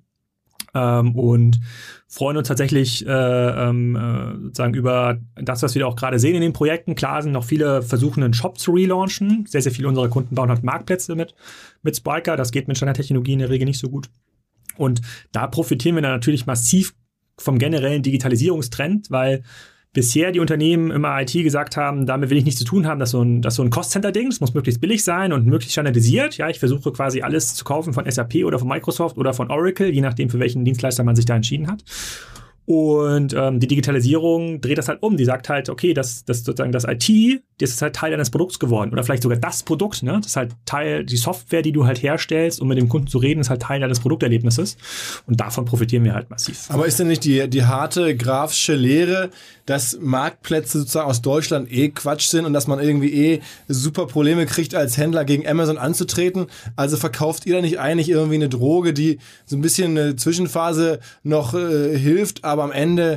ähm, und freuen uns tatsächlich äh, ähm, äh, sozusagen über das, was wir auch gerade sehen in den Projekten. Klar sind noch viele versuchen, einen Shop zu relaunchen. Sehr, sehr viele unserer Kunden bauen halt Marktplätze mit, mit Spryker. Das geht mit Standardtechnologie in der Regel nicht so gut. Und da profitieren wir dann natürlich massiv vom generellen Digitalisierungstrend, weil bisher die Unternehmen immer I T gesagt haben, damit will ich nichts zu tun haben, dass so ein, das so ein Cost-Center-Ding, es muss möglichst billig sein und möglichst standardisiert. Ja, ich versuche quasi alles zu kaufen von S A P oder von Microsoft oder von Oracle, je nachdem, für welchen Dienstleister man sich da entschieden hat. Und ähm, die Digitalisierung dreht das halt um. Die sagt halt, okay, das, das sozusagen das I T, das ist halt Teil deines Produkts geworden. Oder vielleicht sogar das Produkt, ne? Das ist halt Teil, die Software, die du halt herstellst, um mit dem Kunden zu reden, ist halt Teil deines Produkterlebnisses. Und davon profitieren wir halt massiv. Aber ist denn nicht die, die harte grafische Lehre, dass Marktplätze sozusagen aus Deutschland eh Quatsch sind und dass man irgendwie eh super Probleme kriegt, als Händler gegen Amazon anzutreten? Also verkauft ihr da nicht eigentlich irgendwie eine Droge, die so ein bisschen eine Zwischenphase noch äh, hilft, aber am Ende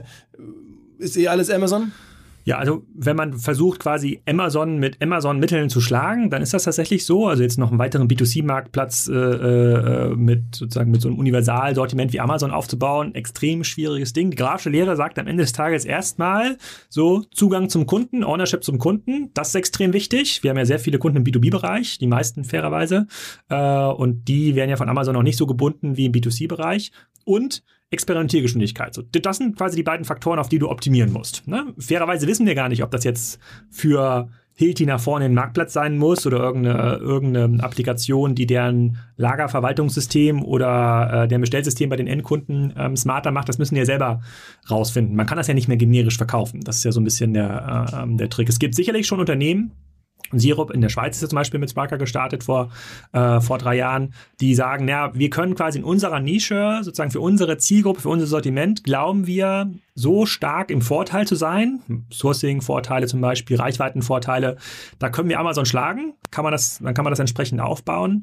ist eh alles Amazon? Ja, also wenn man versucht, quasi Amazon mit Amazon-Mitteln zu schlagen, dann ist das tatsächlich so. Also jetzt noch einen weiteren B zwei C-Marktplatz äh, äh, mit sozusagen mit so einem Universalsortiment wie Amazon aufzubauen, extrem schwieriges Ding. Die grafische Lehre sagt am Ende des Tages erstmal so Zugang zum Kunden, Ownership zum Kunden. Das ist extrem wichtig. Wir haben ja sehr viele Kunden im B zwei B-Bereich, die meisten fairerweise. Äh, und die werden ja von Amazon noch nicht so gebunden wie im B zwei C-Bereich. Und Experimentiergeschwindigkeit. So, das sind quasi die beiden Faktoren, auf die du optimieren musst. Ne? Fairerweise wissen wir gar nicht, ob das jetzt für Hilti nach vorne im Marktplatz sein muss oder irgendeine, irgendeine Applikation, die deren Lagerverwaltungssystem oder äh, deren Bestellsystem bei den Endkunden ähm, smarter macht. Das müssen wir ja selber rausfinden. Man kann das ja nicht mehr generisch verkaufen. Das ist ja so ein bisschen der, äh, der Trick. Es gibt sicherlich schon Unternehmen, Sirup in der Schweiz ist ja zum Beispiel mit Sparker gestartet vor, äh, vor drei Jahren, die sagen, ja, wir können quasi in unserer Nische, sozusagen für unsere Zielgruppe, für unser Sortiment, glauben wir, so stark im Vorteil zu sein, Sourcing-Vorteile zum Beispiel, Reichweitenvorteile, da können wir Amazon schlagen, kann man das, dann kann man das entsprechend aufbauen,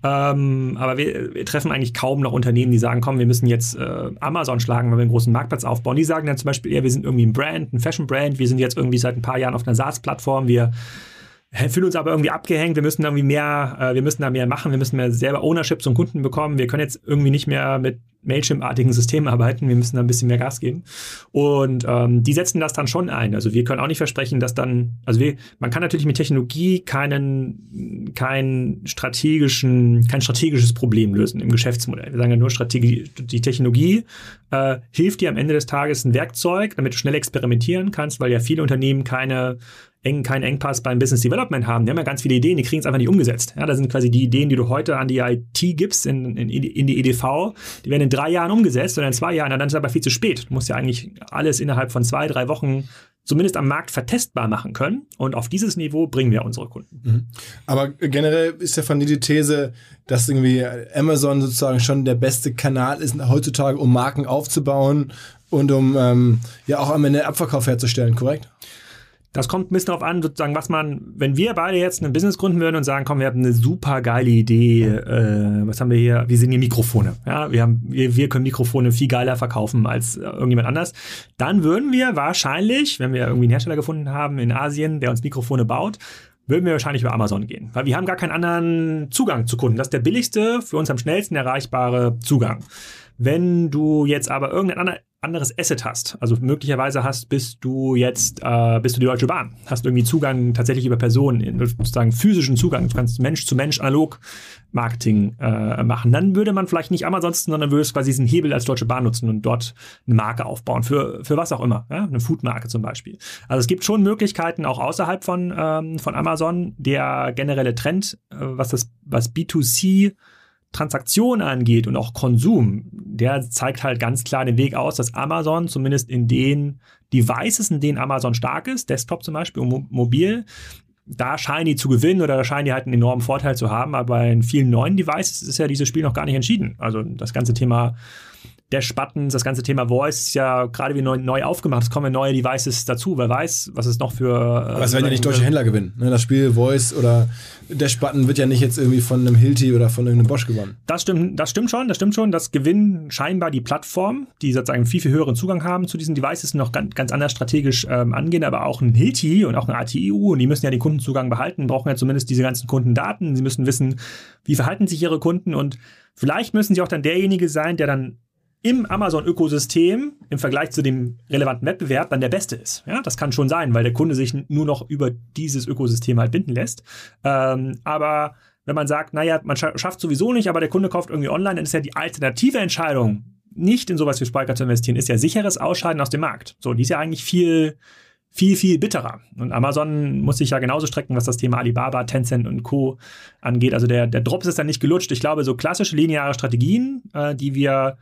ähm, aber wir, wir treffen eigentlich kaum noch Unternehmen, die sagen, komm, wir müssen jetzt äh, Amazon schlagen, weil wir einen großen Marktplatz aufbauen. Die sagen dann zum Beispiel eher, wir sind irgendwie ein Brand, ein Fashion-Brand, wir sind jetzt irgendwie seit ein paar Jahren auf einer SaaS-Plattform, wir fühlen uns aber irgendwie abgehängt, wir müssen irgendwie mehr, äh, wir müssen da mehr machen, wir müssen mehr selber Ownership zum Kunden bekommen, wir können jetzt irgendwie nicht mehr mit Mailchimp-artigen Systemen arbeiten, wir müssen da ein bisschen mehr Gas geben. Und ähm, die setzen das dann schon ein. Also wir können auch nicht versprechen, dass dann, also wir, man kann natürlich mit Technologie keinen, kein strategischen, kein strategisches Problem lösen im Geschäftsmodell. Wir sagen ja nur, Strategie, die Technologie äh, hilft dir am Ende des Tages ein Werkzeug, damit du schnell experimentieren kannst, weil ja viele Unternehmen keine eng, keinen Engpass beim Business Development haben. Die haben ja ganz viele Ideen, die kriegen es einfach nicht umgesetzt. Ja, das sind quasi die Ideen, die du heute an die I T gibst, in, in, in die E D V, die werden in drei Jahren umgesetzt oder in zwei Jahren, dann ist es aber viel zu spät. Du musst ja eigentlich alles innerhalb von zwei, drei Wochen zumindest am Markt vertestbar machen können. Und auf dieses Niveau bringen wir unsere Kunden. Mhm. Aber generell ist ja von dir die These, dass irgendwie Amazon sozusagen schon der beste Kanal ist heutzutage, um Marken aufzubauen und um ähm, ja auch am Ende Abverkauf herzustellen, korrekt? Das kommt ein bisschen darauf an, sozusagen, was man, wenn wir beide jetzt ein Business gründen würden und sagen, komm, wir haben eine super geile Idee, äh, was haben wir hier? Wir sind hier Mikrofone. Ja, wir haben, wir, wir können Mikrofone viel geiler verkaufen als äh, irgendjemand anders. Dann würden wir wahrscheinlich, wenn wir irgendwie einen Hersteller gefunden haben in Asien, der uns Mikrofone baut, würden wir wahrscheinlich über Amazon gehen. Weil wir haben gar keinen anderen Zugang zu Kunden. Das ist der billigste, für uns am schnellsten erreichbare Zugang. Wenn du jetzt aber irgendein anderer anderes Asset hast, also möglicherweise hast, bist du jetzt, äh, bist du die Deutsche Bahn, hast irgendwie Zugang tatsächlich über Personen, sozusagen physischen Zugang, du kannst Mensch zu Mensch analog Marketing äh, machen, dann würde man vielleicht nicht Amazon, sondern würde es quasi diesen Hebel als Deutsche Bahn nutzen und dort eine Marke aufbauen, für, für was auch immer, ja? Eine Foodmarke zum Beispiel. Also es gibt schon Möglichkeiten auch außerhalb von, ähm, von Amazon. Der generelle Trend, äh, was das, was B zwei C Transaktion angeht und auch Konsum, der zeigt halt ganz klar den Weg aus, dass Amazon zumindest in den Devices, in denen Amazon stark ist, Desktop zum Beispiel und mo- mobil, da scheinen die zu gewinnen oder da scheinen die halt einen enormen Vorteil zu haben, aber in vielen neuen Devices ist ja dieses Spiel noch gar nicht entschieden. Also das ganze Thema Dash-Buttons, das ganze Thema Voice ist ja gerade wieder neu, neu aufgemacht. Es kommen ja neue Devices dazu. Wer weiß, was es noch für... Äh, Aber es werden ja nicht deutsche Händler gewinnen. Ne? Das Spiel Voice oder Dash-Button wird ja nicht jetzt irgendwie von einem Hilti oder von irgendeinem Bosch gewonnen. Das stimmt, das stimmt schon. Das stimmt schon. Das gewinnen scheinbar die Plattformen, die sozusagen einen viel, viel höheren Zugang haben zu diesen Devices, noch ganz, ganz anders strategisch ähm, angehen. Aber auch ein Hilti und auch ein A T I U, und die müssen ja den Kundenzugang behalten, brauchen ja zumindest diese ganzen Kundendaten. Sie müssen wissen, wie verhalten sich ihre Kunden, und vielleicht müssen sie auch dann derjenige sein, der dann im Amazon-Ökosystem im Vergleich zu dem relevanten Wettbewerb dann der Beste ist. Ja, das kann schon sein, weil der Kunde sich nur noch über dieses Ökosystem halt binden lässt. Ähm, aber wenn man sagt, naja, man scha- schafft sowieso nicht, aber der Kunde kauft irgendwie online, dann ist ja die alternative Entscheidung, nicht in sowas wie Spryker zu investieren, ist ja sicheres Ausscheiden aus dem Markt. So, die ist ja eigentlich viel, viel, viel bitterer. Und Amazon muss sich ja genauso strecken, was das Thema Alibaba, Tencent und Co. angeht. Also der, der Drops ist dann nicht gelutscht. Ich glaube, so klassische lineare Strategien, äh, die wir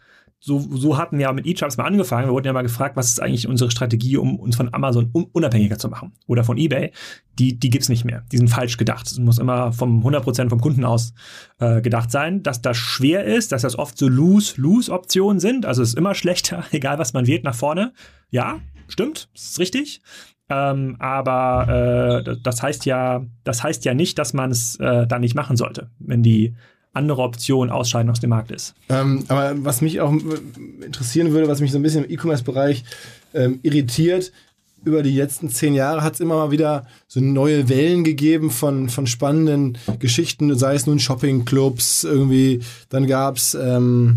so, so hatten wir ja mit eCharts mal angefangen. Wir wurden ja mal gefragt, was ist eigentlich unsere Strategie, um uns von Amazon un- unabhängiger zu machen oder von eBay. Die, die gibt's nicht mehr. Die sind falsch gedacht. Es muss immer vom hundert Prozent vom Kunden aus äh, gedacht sein. Dass das schwer ist, dass das oft so Lose-Lose-Optionen sind. Also es ist immer schlechter, egal was man wählt, nach vorne. Ja, stimmt, das ist richtig. Ähm, aber äh, das heißt ja, das heißt ja nicht, dass man es äh, dann nicht machen sollte, wenn die andere Option ausscheiden aus dem Markt ist. Ähm, aber was mich auch interessieren würde, was mich so ein bisschen im E-Commerce-Bereich ähm, irritiert, über die letzten zehn Jahre hat es immer mal wieder so neue Wellen gegeben von, von spannenden Geschichten, sei es nun Shopping-Clubs irgendwie, dann gab es ähm,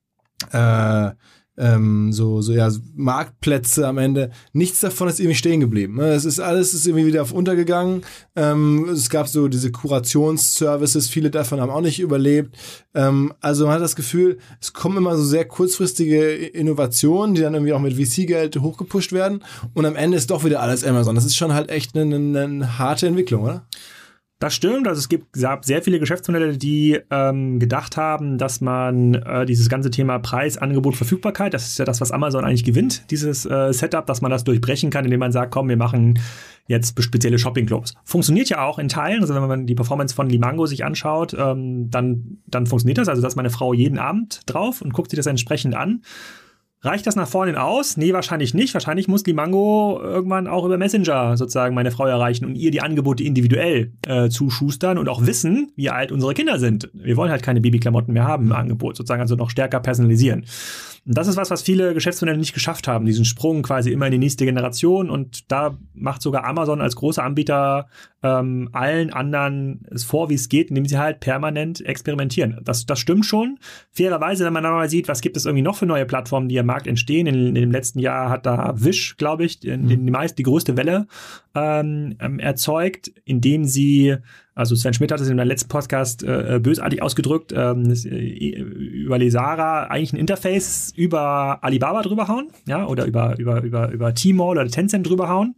äh, Ähm, so, so ja, Marktplätze am Ende. Nichts davon ist irgendwie stehen geblieben. Es ist alles ist irgendwie wieder auf untergegangen. Ähm, es gab so diese Kurationsservices, viele davon haben auch nicht überlebt. Ähm, also man hat das Gefühl, es kommen immer so sehr kurzfristige Innovationen, die dann irgendwie auch mit V C-Geld hochgepusht werden und am Ende ist doch wieder alles Amazon. Das ist schon halt echt eine, eine, eine harte Entwicklung, oder? Das stimmt, also es gibt, gab sehr viele Geschäftsmodelle, die ähm, gedacht haben, dass man äh, dieses ganze Thema Preis, Angebot, Verfügbarkeit, das ist ja das, was Amazon eigentlich gewinnt, dieses äh, Setup, dass man das durchbrechen kann, indem man sagt, komm, wir machen jetzt spezielle Shopping-Clubs. Funktioniert ja auch in Teilen, also wenn man die Performance von Limango sich anschaut, ähm, dann, dann funktioniert das, also da ist meine Frau jeden Abend drauf und guckt sich das entsprechend an. Reicht das nach vorne aus? Nee, wahrscheinlich nicht. Wahrscheinlich muss Limango irgendwann auch über Messenger sozusagen meine Frau erreichen und ihr die Angebote individuell äh, zuschustern und auch wissen, wie alt unsere Kinder sind. Wir wollen halt keine Babyklamotten mehr haben im Angebot, sozusagen also noch stärker personalisieren. Und das ist was, was viele Geschäftsmodelle nicht geschafft haben, diesen Sprung quasi immer in die nächste Generation. Und da macht sogar Amazon als großer Anbieter ähm, allen anderen es vor, wie es geht, indem sie halt permanent experimentieren. Das, das stimmt schon. Fairerweise, wenn man dann mal sieht, was gibt es irgendwie noch für neue Plattformen, die am Markt entstehen. In, in dem letzten Jahr hat da Wish, glaube ich, in, in die, meist, die größte Welle ähm, erzeugt, indem sie, also Sven Schmidt hat es in meinem letzten Podcast äh, bösartig ausgedrückt, ähm, das, äh, über Lesara eigentlich ein Interface über Alibaba drüber hauen, ja, oder über über über über Tmall oder Tencent drüber hauen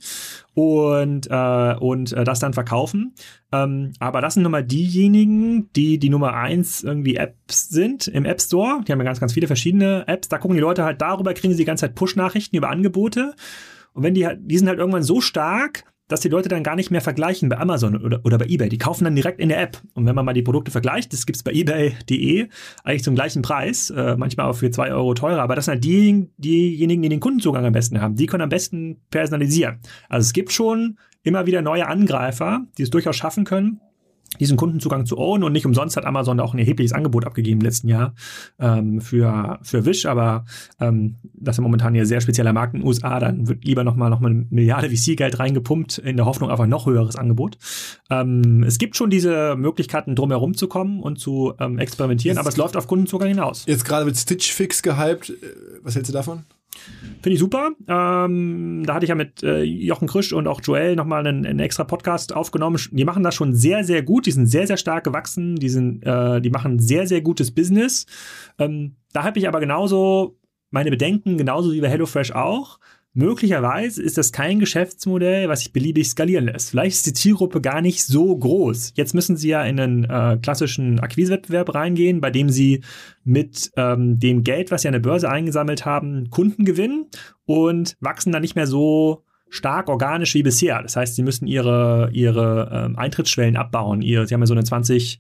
und äh, und äh, das dann verkaufen. Ähm, aber das sind nun mal diejenigen, die die Nummer eins irgendwie Apps sind im App Store. Die haben ja ganz ganz viele verschiedene Apps. Da gucken die Leute halt darüber, kriegen sie die ganze Zeit Push-Nachrichten über Angebote. Und wenn die die sind halt irgendwann so stark, dass die Leute dann gar nicht mehr vergleichen bei Amazon oder, oder bei eBay. Die kaufen dann direkt in der App. Und wenn man mal die Produkte vergleicht, das gibt's bei ebay punkt de eigentlich zum gleichen Preis, äh, manchmal auch für zwei Euro teurer. Aber das sind halt die, diejenigen, die den Kundenzugang am besten haben. Die können am besten personalisieren. Also es gibt schon immer wieder neue Angreifer, die es durchaus schaffen können, diesen Kundenzugang zu ownen. Und nicht umsonst hat Amazon auch ein erhebliches Angebot abgegeben im letzten Jahr ähm, für, für Wish. Aber ähm, das ist ja momentan ja sehr spezieller Markt in den U S A. Dann wird lieber nochmal noch mal eine Milliarde V C-Geld reingepumpt, in der Hoffnung auf ein noch höheres Angebot. Ähm, es gibt schon diese Möglichkeiten, drumherum zu kommen und zu ähm, experimentieren, jetzt, aber es läuft auf Kundenzugang hinaus. Jetzt gerade mit Stitch Fix gehypt. Was hältst du davon? Finde ich super. Ähm, da hatte ich ja mit äh, Jochen Krisch und auch Joel nochmal einen, einen extra Podcast aufgenommen. Die machen das schon sehr, sehr gut. Die sind sehr, sehr stark gewachsen. Die, sind, äh, die machen sehr, sehr gutes Business. Ähm, da habe ich aber genauso meine Bedenken, genauso wie bei HelloFresh auch. Möglicherweise ist das kein Geschäftsmodell, was sich beliebig skalieren lässt. Vielleicht ist die Zielgruppe gar nicht so groß. Jetzt müssen sie ja in einen äh, klassischen Akquisewettbewerb reingehen, bei dem sie mit ähm, dem Geld, was sie an der Börse eingesammelt haben, Kunden gewinnen und wachsen dann nicht mehr so stark organisch wie bisher. Das heißt, sie müssen ihre ihre ähm, Eintrittsschwellen abbauen. Ihr, sie haben ja so eine zwanzig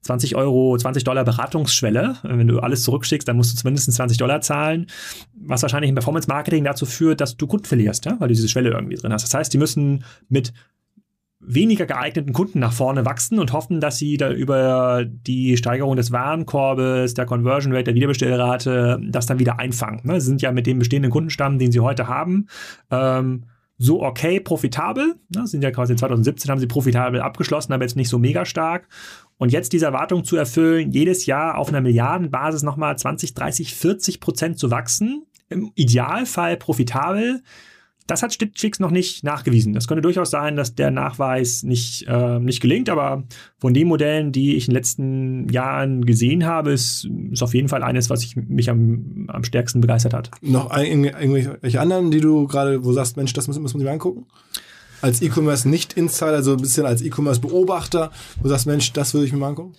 Euro, zwanzig Dollar Beratungsschwelle. Wenn du alles zurückschickst, dann musst du zumindest zwanzig Dollar zahlen, was wahrscheinlich im Performance-Marketing dazu führt, dass du Kunden verlierst, ja? Weil du diese Schwelle irgendwie drin hast. Das heißt, die müssen mit weniger geeigneten Kunden nach vorne wachsen und hoffen, dass sie da über die Steigerung des Warenkorbes, der Conversion Rate, der Wiederbestellrate das dann wieder einfangen. Ne? Sie sind ja mit dem bestehenden Kundenstamm, den sie heute haben, ähm, so okay, profitabel. Ne? Sind ja quasi zwanzig siebzehn haben sie profitabel abgeschlossen, aber jetzt nicht so mega stark. Und jetzt diese Erwartung zu erfüllen, jedes Jahr auf einer Milliardenbasis nochmal zwanzig, dreißig, vierzig Prozent zu wachsen, im Idealfall profitabel, das hat Stitch Fix noch nicht nachgewiesen. Das könnte durchaus sein, dass der Nachweis nicht, äh, nicht gelingt, aber von den Modellen, die ich in den letzten Jahren gesehen habe, ist, ist auf jeden Fall eines, was ich, mich am, am stärksten begeistert hat. Noch ein, irgendwelche anderen, die du gerade, wo du sagst, Mensch, das muss, muss man sich mal angucken? Als E-Commerce-Nicht-Insider, also ein bisschen als E-Commerce-Beobachter, wo du sagst, Mensch, das würde ich mir mal angucken?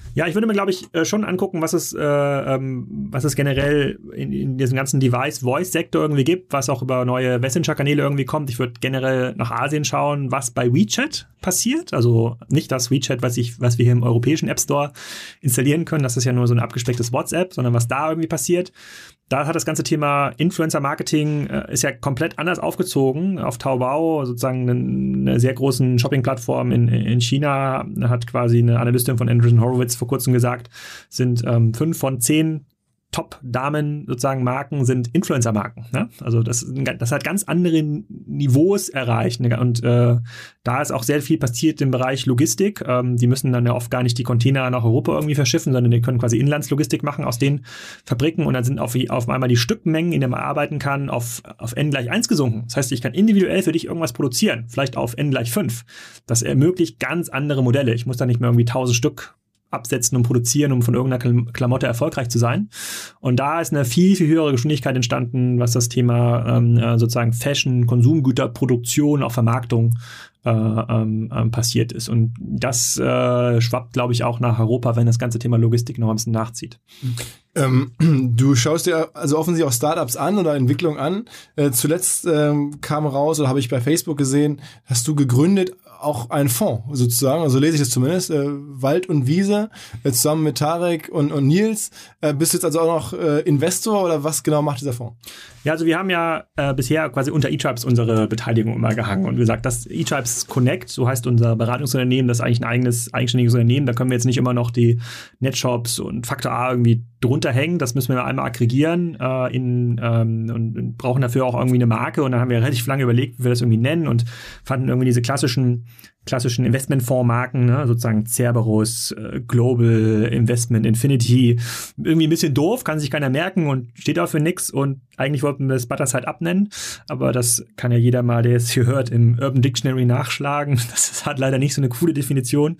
Ja, ich würde mir, glaube ich, schon angucken, was es, äh, ähm, was es generell in, in diesem ganzen Device-Voice-Sektor irgendwie gibt, was auch über neue Messenger-Kanäle irgendwie kommt. Ich würde generell nach Asien schauen, was bei WeChat passiert. Also nicht das WeChat, was, ich, was wir hier im europäischen App Store installieren können. Das ist ja nur so ein abgespecktes WhatsApp, sondern was da irgendwie passiert. Da hat das ganze Thema Influencer-Marketing äh, ist ja komplett anders aufgezogen. Auf Taobao, sozusagen eine, eine sehr großen Shopping-Plattform in, in China, hat quasi eine Analystin von Andreessen Horowitz vor kurzem gesagt, sind ähm, fünf von zehn Top-Damen sozusagen Marken sind Influencer-Marken. Ne? Also das, das hat ganz andere Niveaus erreicht. Ne? Und äh, da ist auch sehr viel passiert im Bereich Logistik. Ähm, die müssen dann ja oft gar nicht die Container nach Europa irgendwie verschiffen, sondern die können quasi Inlandslogistik machen aus den Fabriken und dann sind auf, auf einmal die Stückmengen, in denen man arbeiten kann, auf, auf N gleich eins gesunken. Das heißt, ich kann individuell für dich irgendwas produzieren, vielleicht auf N gleich fünf. Das ermöglicht ganz andere Modelle. Ich muss da nicht mehr irgendwie tausend Stück absetzen und produzieren, um von irgendeiner Klamotte erfolgreich zu sein. Und da ist eine viel, viel höhere Geschwindigkeit entstanden, was das Thema ähm, sozusagen Fashion, Konsumgüterproduktion, auch Vermarktung äh, ähm, passiert ist. Und das äh, schwappt, glaube ich, auch nach Europa, wenn das ganze Thema Logistik noch ein bisschen nachzieht. Ähm, du schaust dir also offensichtlich auch Startups an oder Entwicklung an. Äh, zuletzt ähm, kam raus, oder habe ich bei Facebook gesehen, hast du gegründet auch einen Fonds sozusagen, also lese ich das zumindest, äh, Wald und Wiese, äh, zusammen mit Tarek und, und Nils. Äh, bist du jetzt also auch noch äh, Investor oder was genau macht dieser Fonds? Ja, also wir haben ja äh, bisher quasi unter eTribes unsere Beteiligung immer gehangen und wie gesagt, das eTribes Connect, so heißt unser Beratungsunternehmen, das ist eigentlich ein eigenes, eigenständiges Unternehmen, da können wir jetzt nicht immer noch die Netshops und Faktor A irgendwie drunter hängen, das müssen wir einmal aggregieren äh, in, ähm, und, und brauchen dafür auch irgendwie eine Marke und dann haben wir relativ lange überlegt, wie wir das irgendwie nennen und fanden irgendwie diese klassischen klassischen Investmentfondsmarken, ne, sozusagen Cerberus, äh, Global Investment, Infinity, irgendwie ein bisschen doof, kann sich keiner merken und steht auch für nix und eigentlich wollten wir das Butterside abnennen, aber das kann ja jeder mal, der es hier hört, im Urban Dictionary nachschlagen. Das hat leider nicht so eine coole Definition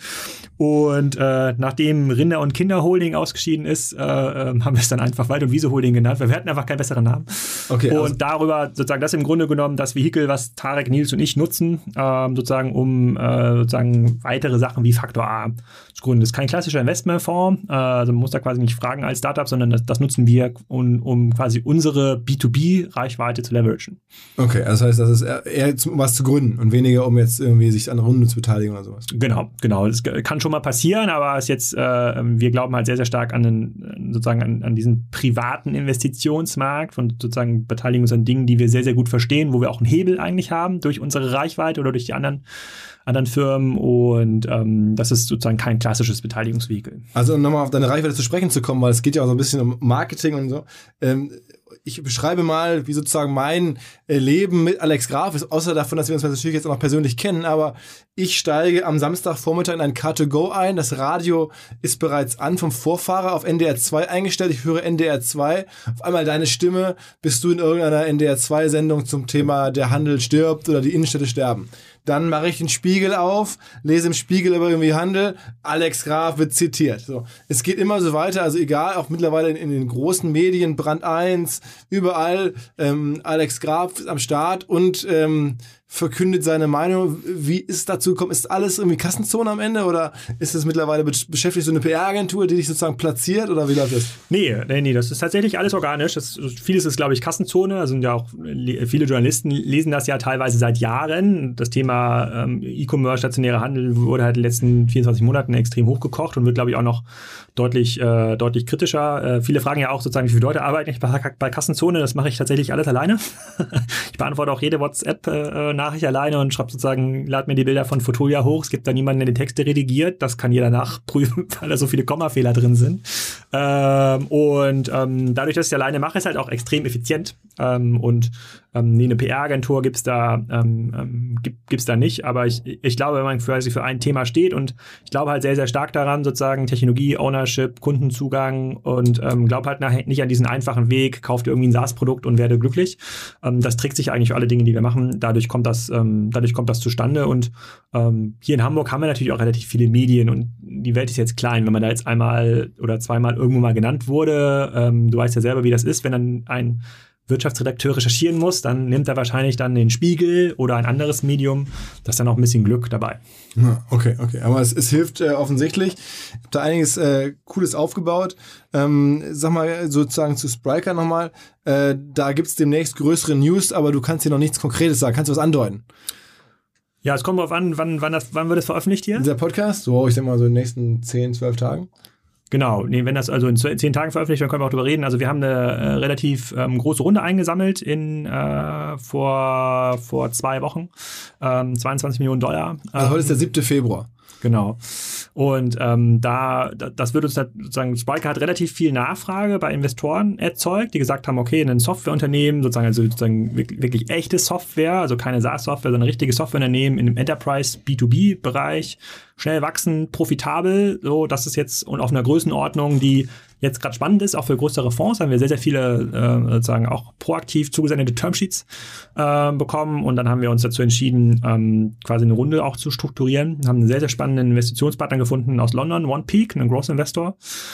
und äh, nachdem Rinder- und Kinderholding ausgeschieden ist, äh, äh, haben wir es dann einfach Wald- und Wiese Holding genannt, weil wir hatten einfach keinen besseren Namen. Okay, und also darüber sozusagen das im Grunde genommen das Vehikel, was Tarek, Nils und ich nutzen, äh, sozusagen um äh, sozusagen weitere Sachen wie Faktor A zu gründen. Das ist kein klassischer Investmentfonds, äh, also man muss da quasi nicht fragen als Startup, sondern das, das nutzen wir, um, um quasi unsere B zwei B-Reichweite zu leveragen. Okay, das heißt, das ist eher, eher um was zu gründen und weniger, um jetzt irgendwie sich an Runden zu beteiligen oder sowas. Genau, genau. Das kann schon mal passieren, aber es ist jetzt, äh, wir glauben halt sehr, sehr stark an den, sozusagen an, an diesen privaten Investitionsmarkt und sozusagen beteiligen uns an Dingen, die wir sehr, sehr gut verstehen, wo wir auch einen Hebel eigentlich haben durch unsere Reichweite oder durch die anderen anderen Firmen und ähm, das ist sozusagen kein klassisches Beteiligungsvehikel. Also um nochmal auf deine Reichweite zu sprechen zu kommen, weil es geht ja auch so ein bisschen um Marketing und so. Ähm, ich beschreibe mal, wie sozusagen mein äh, Leben mit Alex Graf ist, außer davon, dass wir uns natürlich jetzt auch noch persönlich kennen, aber ich steige am Samstagvormittag in ein Car to Go ein. Das Radio ist bereits an vom Vorfahrer auf N D R zwei eingestellt. Ich höre N D R zwei. Auf einmal deine Stimme, bist du in irgendeiner N D R zwei Sendung zum Thema der Handel stirbt oder die Innenstädte sterben. Dann mache ich den Spiegel auf, lese im Spiegel über irgendwie Handel, Alex Graf wird zitiert. So. Es geht immer so weiter, also egal, auch mittlerweile in, in den großen Medien, Brand eins, überall, ähm, Alex Graf ist am Start und ähm, verkündet seine Meinung. Wie ist es dazu gekommen? Ist alles irgendwie Kassenzone am Ende oder ist es mittlerweile be- beschäftigt so eine P R-Agentur, die dich sozusagen platziert oder wie läuft das? Nee, nee, nee, das ist tatsächlich alles organisch. Das, vieles ist, glaube ich, Kassenzone. Also sind ja auch viele Journalisten lesen das ja teilweise seit Jahren. Das Thema ähm, E-Commerce, stationärer Handel wurde halt in den letzten vierundzwanzig Monaten extrem hochgekocht und wird, glaube ich, auch noch deutlich, äh, deutlich kritischer. Äh, viele fragen ja auch sozusagen, wie viele Leute arbeiten nicht bei, bei Kassenzone. Das mache ich tatsächlich alles alleine. Ich beantworte auch jede WhatsApp äh, Nachricht alleine und schreibe sozusagen, lad mir die Bilder von Fotolia hoch. Es gibt da niemanden, der die Texte redigiert. Das kann jeder nachprüfen, weil da so viele Kommafehler drin sind. Ähm, und ähm, dadurch, dass ich alleine mache, ist halt auch extrem effizient. Ähm, und ähm, nee, eine P R-Agentur gibt's da, ähm, ähm, gibt, gibt's da nicht. Aber ich, ich glaube, wenn man für, für ein Thema steht und ich glaube halt sehr, sehr stark daran, sozusagen Technologie, Ownership, Kundenzugang und ähm, glaube halt nachher nicht an diesen einfachen Weg, kauft irgendwie ein SaaS-Produkt und werde glücklich. Ähm, das trägt sich eigentlich für alle Dinge, die wir machen. Dadurch kommt das, ähm, dadurch kommt das zustande. Und ähm, hier in Hamburg haben wir natürlich auch relativ viele Medien und die Welt ist jetzt klein. Wenn man da jetzt einmal oder zweimal irgendwo mal genannt wurde, ähm, du weißt ja selber, wie das ist, wenn dann ein Wirtschaftsredakteur recherchieren muss, dann nimmt er wahrscheinlich dann den Spiegel oder ein anderes Medium. Da ist dann auch ein bisschen Glück dabei. Ja, okay, okay. Aber es, es hilft äh, offensichtlich. Ich habe da einiges äh, Cooles aufgebaut. Ähm, sag mal sozusagen zu Spryker nochmal. Äh, da gibt es demnächst größere News, aber du kannst hier noch nichts Konkretes sagen. Kannst du was andeuten? Ja, es kommt darauf an, wann, wann, das, wann wird das veröffentlicht hier? Dieser Podcast? So, ich denke mal so in den nächsten zehn, zwölf Tagen. Genau, nee, wenn das also in zehn Tagen veröffentlicht, dann können wir auch drüber reden. Also wir haben eine äh, relativ ähm, große Runde eingesammelt in äh, vor, vor zwei Wochen. Ähm, zweiundzwanzig Millionen Dollar. Also heute ist der siebte Februar. Genau. Und ähm, da, das wird uns da sozusagen, Spryker hat relativ viel Nachfrage bei Investoren erzeugt, die gesagt haben, okay, ein Softwareunternehmen, sozusagen, also sozusagen wirklich, wirklich echte Software, also keine SaaS-Software, sondern richtige Softwareunternehmen in dem Enterprise B zwei B-Bereich, schnell wachsen, profitabel, so, das ist jetzt und auf einer Größenordnung, die jetzt gerade spannend ist, auch für größere Fonds, haben wir sehr, sehr viele äh, sozusagen auch proaktiv zugesendete Termsheets äh, bekommen und dann haben wir uns dazu entschieden, ähm, quasi eine Runde auch zu strukturieren. Wir haben einen sehr, sehr spannenden Investitionspartner gefunden aus London, OnePeak, einen Growth Investor,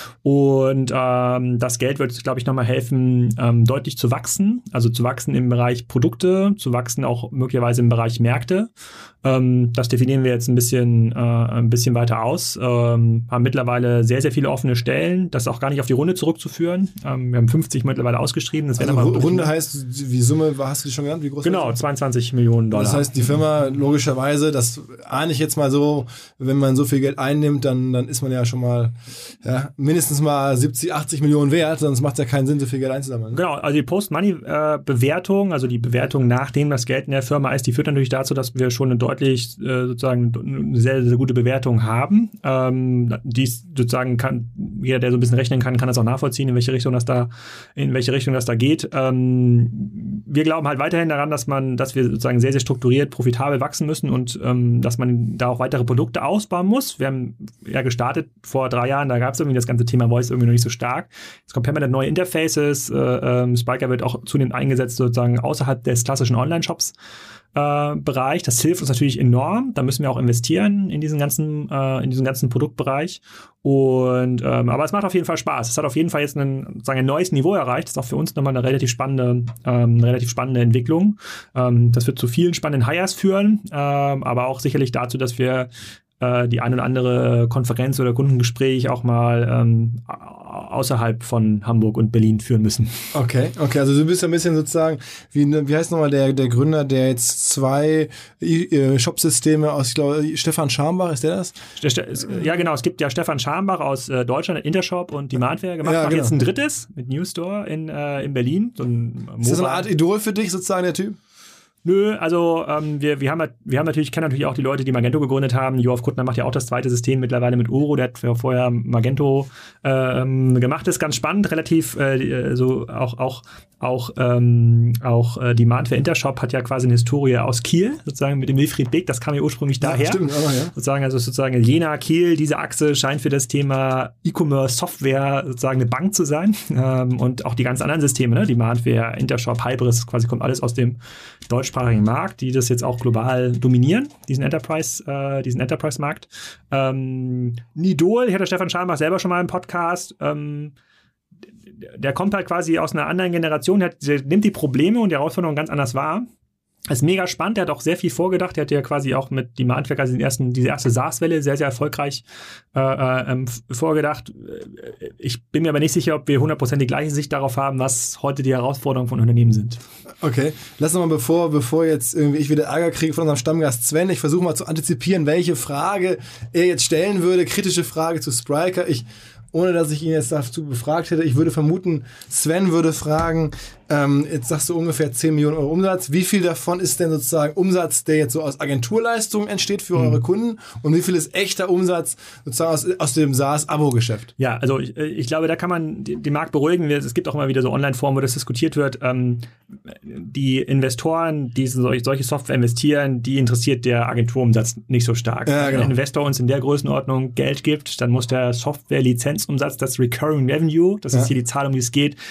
und ähm, das Geld wird, glaube ich, nochmal helfen, ähm, deutlich zu wachsen, also zu wachsen im Bereich Produkte, zu wachsen auch möglicherweise im Bereich Märkte. Ähm, das definieren wir jetzt ein bisschen, äh, ein bisschen weiter aus, ähm, haben mittlerweile sehr, sehr viele offene Stellen, das ist auch gar nicht auf die Runde zurückzuführen. Ähm, wir haben fünfzig mittlerweile ausgeschrieben. Das also aber Runde heißt, wie Summe, hast du die schon genannt? Wie groß genau, zweiundzwanzig Millionen Dollar. Das heißt, die Firma logischerweise, das ahne ich jetzt mal so, wenn man so viel Geld einnimmt, dann, dann ist man ja schon mal ja, mindestens mal siebzig, achtzig Millionen wert, sonst macht es ja keinen Sinn, so viel Geld einzusammeln. Ne? Genau, also die Post-Money-Bewertung, also die Bewertung, nachdem das Geld in der Firma ist, die führt natürlich dazu, dass wir schon eine deutlich, äh, sozusagen, eine sehr, sehr gute Bewertung haben. Ähm, die sozusagen kann, jeder, der so ein bisschen rechnen kann, kann das auch nachvollziehen, in welche Richtung das da, in welche Richtung das da geht. Ähm, wir glauben halt weiterhin daran, dass man, dass wir sozusagen sehr, sehr strukturiert, profitabel wachsen müssen und ähm, dass man da auch weitere Produkte ausbauen muss. Wir haben ja gestartet vor drei Jahren, da gab es irgendwie das ganze Thema Voice irgendwie noch nicht so stark. Es kommen permanent neue Interfaces. Äh, ähm, Spryker wird auch zunehmend eingesetzt, sozusagen außerhalb des klassischen Online-Shops. Bereich. Das hilft uns natürlich enorm. Da müssen wir auch investieren in diesen ganzen, äh, in diesen ganzen Produktbereich. Und ähm, aber es macht auf jeden Fall Spaß. Es hat auf jeden Fall jetzt ein, sozusagen ein neues Niveau erreicht. Das ist auch für uns nochmal eine relativ spannende, ähm, eine relativ spannende Entwicklung. Ähm, das wird zu vielen spannenden Hires führen, ähm, aber auch sicherlich dazu, dass wir äh, die ein oder andere Konferenz oder Kundengespräch auch mal ähm, außerhalb von Hamburg und Berlin führen müssen. Okay, okay, also du bist ein bisschen sozusagen, wie, wie heißt nochmal der, der Gründer, der jetzt zwei äh, Shopsysteme aus, ich glaube, Stefan Schambach, ist der das? Ja, genau, es gibt ja Stefan Schambach aus äh, Deutschland, Intershop und Demandware gemacht, ja, macht genau. jetzt ein drittes mit Newstore in, äh, in Berlin. So ein ist das so eine Art Idol für dich sozusagen, der Typ? Nö, also ähm, wir, wir, haben, wir haben natürlich, kennen natürlich auch die Leute, die Magento gegründet haben. Joaf Kuttner macht ja auch das zweite System mittlerweile mit Oro, der hat ja vorher Magento ähm, gemacht. Das ist ganz spannend, relativ äh, so auch, auch, auch, ähm, auch äh, Demandware Intershop hat ja quasi eine Historie aus Kiel, sozusagen mit dem Wilfried Beck, das kam ja ursprünglich daher. Ja, stimmt, aber ja. Sozusagen, also sozusagen Jena, Kiel, diese Achse scheint für das Thema E-Commerce, Software sozusagen eine Bank zu sein. Ähm, und auch die ganz anderen Systeme, ne? Demandware, Intershop, Hybris, quasi kommt alles aus dem deutschsprachigen Markt, die das jetzt auch global dominieren, diesen Enterprise, äh, diesen Enterprise-Markt. Ähm, Nidol, hier hat der Stefan Schambach selber schon mal im Podcast, ähm, der kommt halt quasi aus einer anderen Generation, der, der nimmt die Probleme und die Herausforderungen ganz anders wahr. Das ist mega spannend, der hat auch sehr viel vorgedacht, der hat ja quasi auch mit Demandware, also den ersten, diese erste SaaS-Welle sehr, sehr erfolgreich äh, ähm, vorgedacht. Ich bin mir aber nicht sicher, ob wir hundert Prozent die gleiche Sicht darauf haben, was heute die Herausforderungen von Unternehmen sind. Okay, lass uns mal, bevor, bevor jetzt irgendwie ich wieder Ärger kriege von unserem Stammgast Sven, ich versuche mal zu antizipieren, welche Frage er jetzt stellen würde, kritische Frage zu Spryker. Ich ohne dass ich ihn jetzt dazu befragt hätte. Ich würde vermuten, Sven würde fragen, ähm, jetzt sagst du ungefähr zehn Millionen Euro Umsatz. Wie viel davon ist denn sozusagen Umsatz, der jetzt so aus Agenturleistungen entsteht für mhm. eure Kunden? Und wie viel ist echter Umsatz sozusagen aus, aus dem SaaS-Abo-Geschäft? Ja, also ich, ich glaube, da kann man den Markt beruhigen. Es gibt auch immer wieder so Online-Foren, wo das diskutiert wird. Ähm, die Investoren, die solche Software investieren, die interessiert der Agenturumsatz nicht so stark. Ja, genau. Wenn ein Investor uns in der Größenordnung Geld gibt, dann muss der Software-Lizenzumsatz, das Recurring Revenue, das ja. ist hier die Zahl, um die es geht,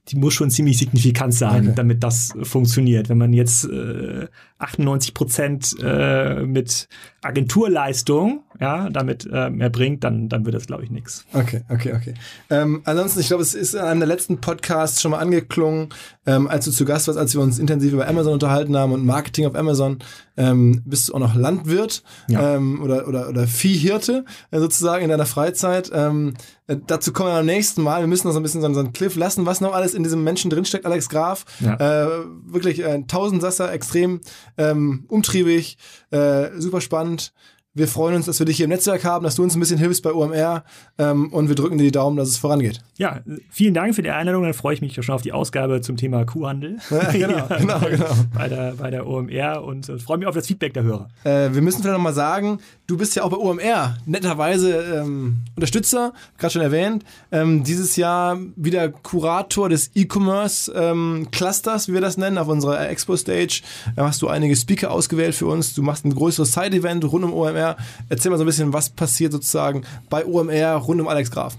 die muss schon ziemlich signifikant sein, okay. damit das funktioniert. Wenn man jetzt äh, achtundneunzig Prozent äh, mit Agenturleistung ja, damit ähm, erbringt, dann, dann wird das, glaube ich, nichts. Okay, okay, okay. Ähm, ansonsten, ich glaube, es ist in einem der letzten Podcasts schon mal angeklungen, ähm, als du zu Gast warst, als wir uns intensiv über Amazon unterhalten haben und Marketing auf Amazon, ähm, bist du auch noch Landwirt ja. ähm, oder, oder, oder Viehhirte äh, sozusagen in deiner Freizeit. Ähm, äh, dazu kommen wir am nächsten Mal. Wir müssen noch so ein bisschen so, so einen Cliff lassen, was noch alles in diesem Menschen drinsteckt, Alex Graf. Ja. Äh, wirklich äh, ein Tausendsasser, extrem ähm, umtriebig, äh, super spannend. Wir freuen uns, dass wir dich hier im Netzwerk haben, dass du uns ein bisschen hilfst bei O M R ähm, und wir drücken dir die Daumen, dass es vorangeht. Ja, vielen Dank für die Einladung. Dann freue ich mich schon auf die Ausgabe zum Thema Kuhhandel. Ja, genau, ja, genau, genau. Bei der, bei der O M R und äh, freue mich auf das Feedback der Hörer. Äh, wir müssen vielleicht nochmal sagen, du bist ja auch bei O M R netterweise ähm, Unterstützer, gerade schon erwähnt. Ähm, dieses Jahr wieder Kurator des E-Commerce ähm, Clusters, wie wir das nennen, auf unserer Expo-Stage. Da hast du einige Speaker ausgewählt für uns. Du machst ein größeres Side-Event rund um O M R. Erzähl mal so ein bisschen, was passiert sozusagen bei O M R rund um Alex Graf.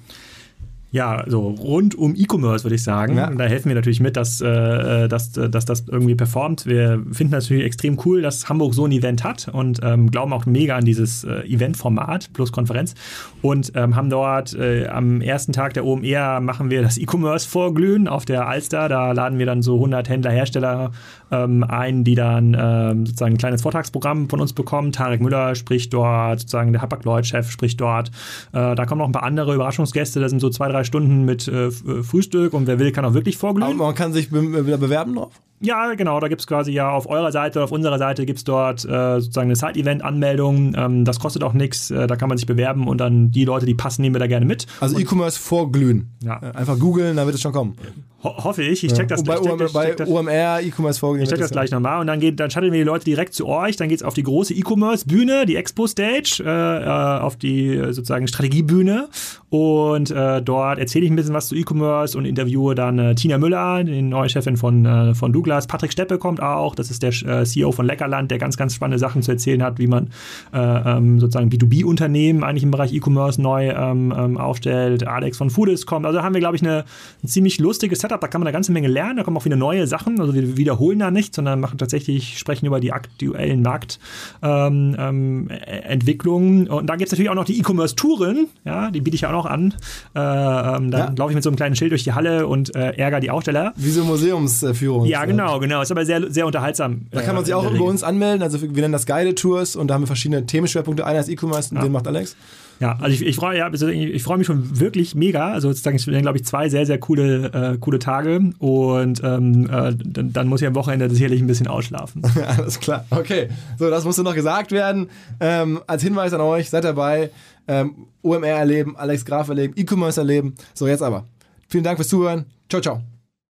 Ja, also rund um E-Commerce würde ich sagen. Ja. Und da helfen wir natürlich mit, dass, äh, dass, dass das irgendwie performt. Wir finden natürlich extrem cool, dass Hamburg so ein Event hat und ähm, glauben auch mega an dieses äh, Eventformat plus Konferenz und ähm, haben dort äh, am ersten Tag der O M R machen wir das E-Commerce vorglühen auf der Alster. Da laden wir dann so hundert Händler, Hersteller ähm, ein, die dann ähm, sozusagen ein kleines Vortragsprogramm von uns bekommen. Tarek Müller spricht dort, sozusagen der Hapag-Lloyd-Chef spricht dort. Äh, da kommen noch ein paar andere Überraschungsgäste. Da sind so zwei, drei Stunden mit äh, Frühstück und wer will, kann auch wirklich vorglühen. Aber man kann sich be- wieder bewerben drauf? Ja, genau, da gibt es quasi ja auf eurer Seite oder auf unserer Seite gibt es dort äh, sozusagen eine Side-Event-Anmeldung. Ähm, das kostet auch nichts, äh, da kann man sich bewerben und dann die Leute, die passen, nehmen wir da gerne mit. Also und E-Commerce vorglühen. Ja. Einfach googeln, dann wird es schon kommen. Ho- hoffe ich. Ich check das, und bei, ich check, O M, ich check bei das, O M R, E-Commerce vorglühen. ich check das gleich nochmal und dann, geht, dann shutteln wir die Leute direkt zu euch. Dann geht es auf die große E-Commerce-Bühne, die Expo-Stage, äh, auf die sozusagen Strategiebühne und äh, dort erzähle ich ein bisschen was zu E-Commerce und interviewe dann äh, Tina Müller, die neue Chefin von, äh, von Douglas. Patrick Steppe kommt auch, das ist der äh, C E O von Leckerland, der ganz, ganz spannende Sachen zu erzählen hat, wie man äh, ähm, sozusagen B zwei B-Unternehmen eigentlich im Bereich E-Commerce neu ähm, ähm, aufstellt. Alex von Foodist kommt. Also da haben wir, glaube ich, eine, ein ziemlich lustiges Setup. Da kann man eine ganze Menge lernen. Da kommen auch wieder neue Sachen. Also wir wiederholen da nicht, sondern machen tatsächlich, sprechen über die aktuellen Marktentwicklungen. Ähm, ähm, Und dann gibt es natürlich auch noch die E-Commerce-Touren. Ja, die biete ich ja auch noch an. Äh, ähm, dann ja. laufe ich mit so einem kleinen Schild durch die Halle und äh, ärgere die Aussteller. Wie so Museumsführung. Ja, genau, genau. Ist aber sehr, sehr unterhaltsam. Da kann man sich auch über uns anmelden. Also wir nennen das Guided Tours und da haben wir verschiedene Themenschwerpunkte. Einer ist E-Commerce und ja. den macht Alex. Ja, also ich, ich freue ja, also ich, ich freu mich schon wirklich mega. Also sozusagen, es werden, glaube ich, zwei sehr, sehr coole, äh, coole Tage. Und ähm, äh, dann, dann muss ich am Wochenende sicherlich ein bisschen ausschlafen. Alles klar. Okay. So, das musste noch gesagt werden. Ähm, als Hinweis an euch, seid dabei. Ähm, O M R erleben, Alex Graf erleben, E-Commerce erleben. So, jetzt aber. Vielen Dank fürs Zuhören. Ciao, ciao.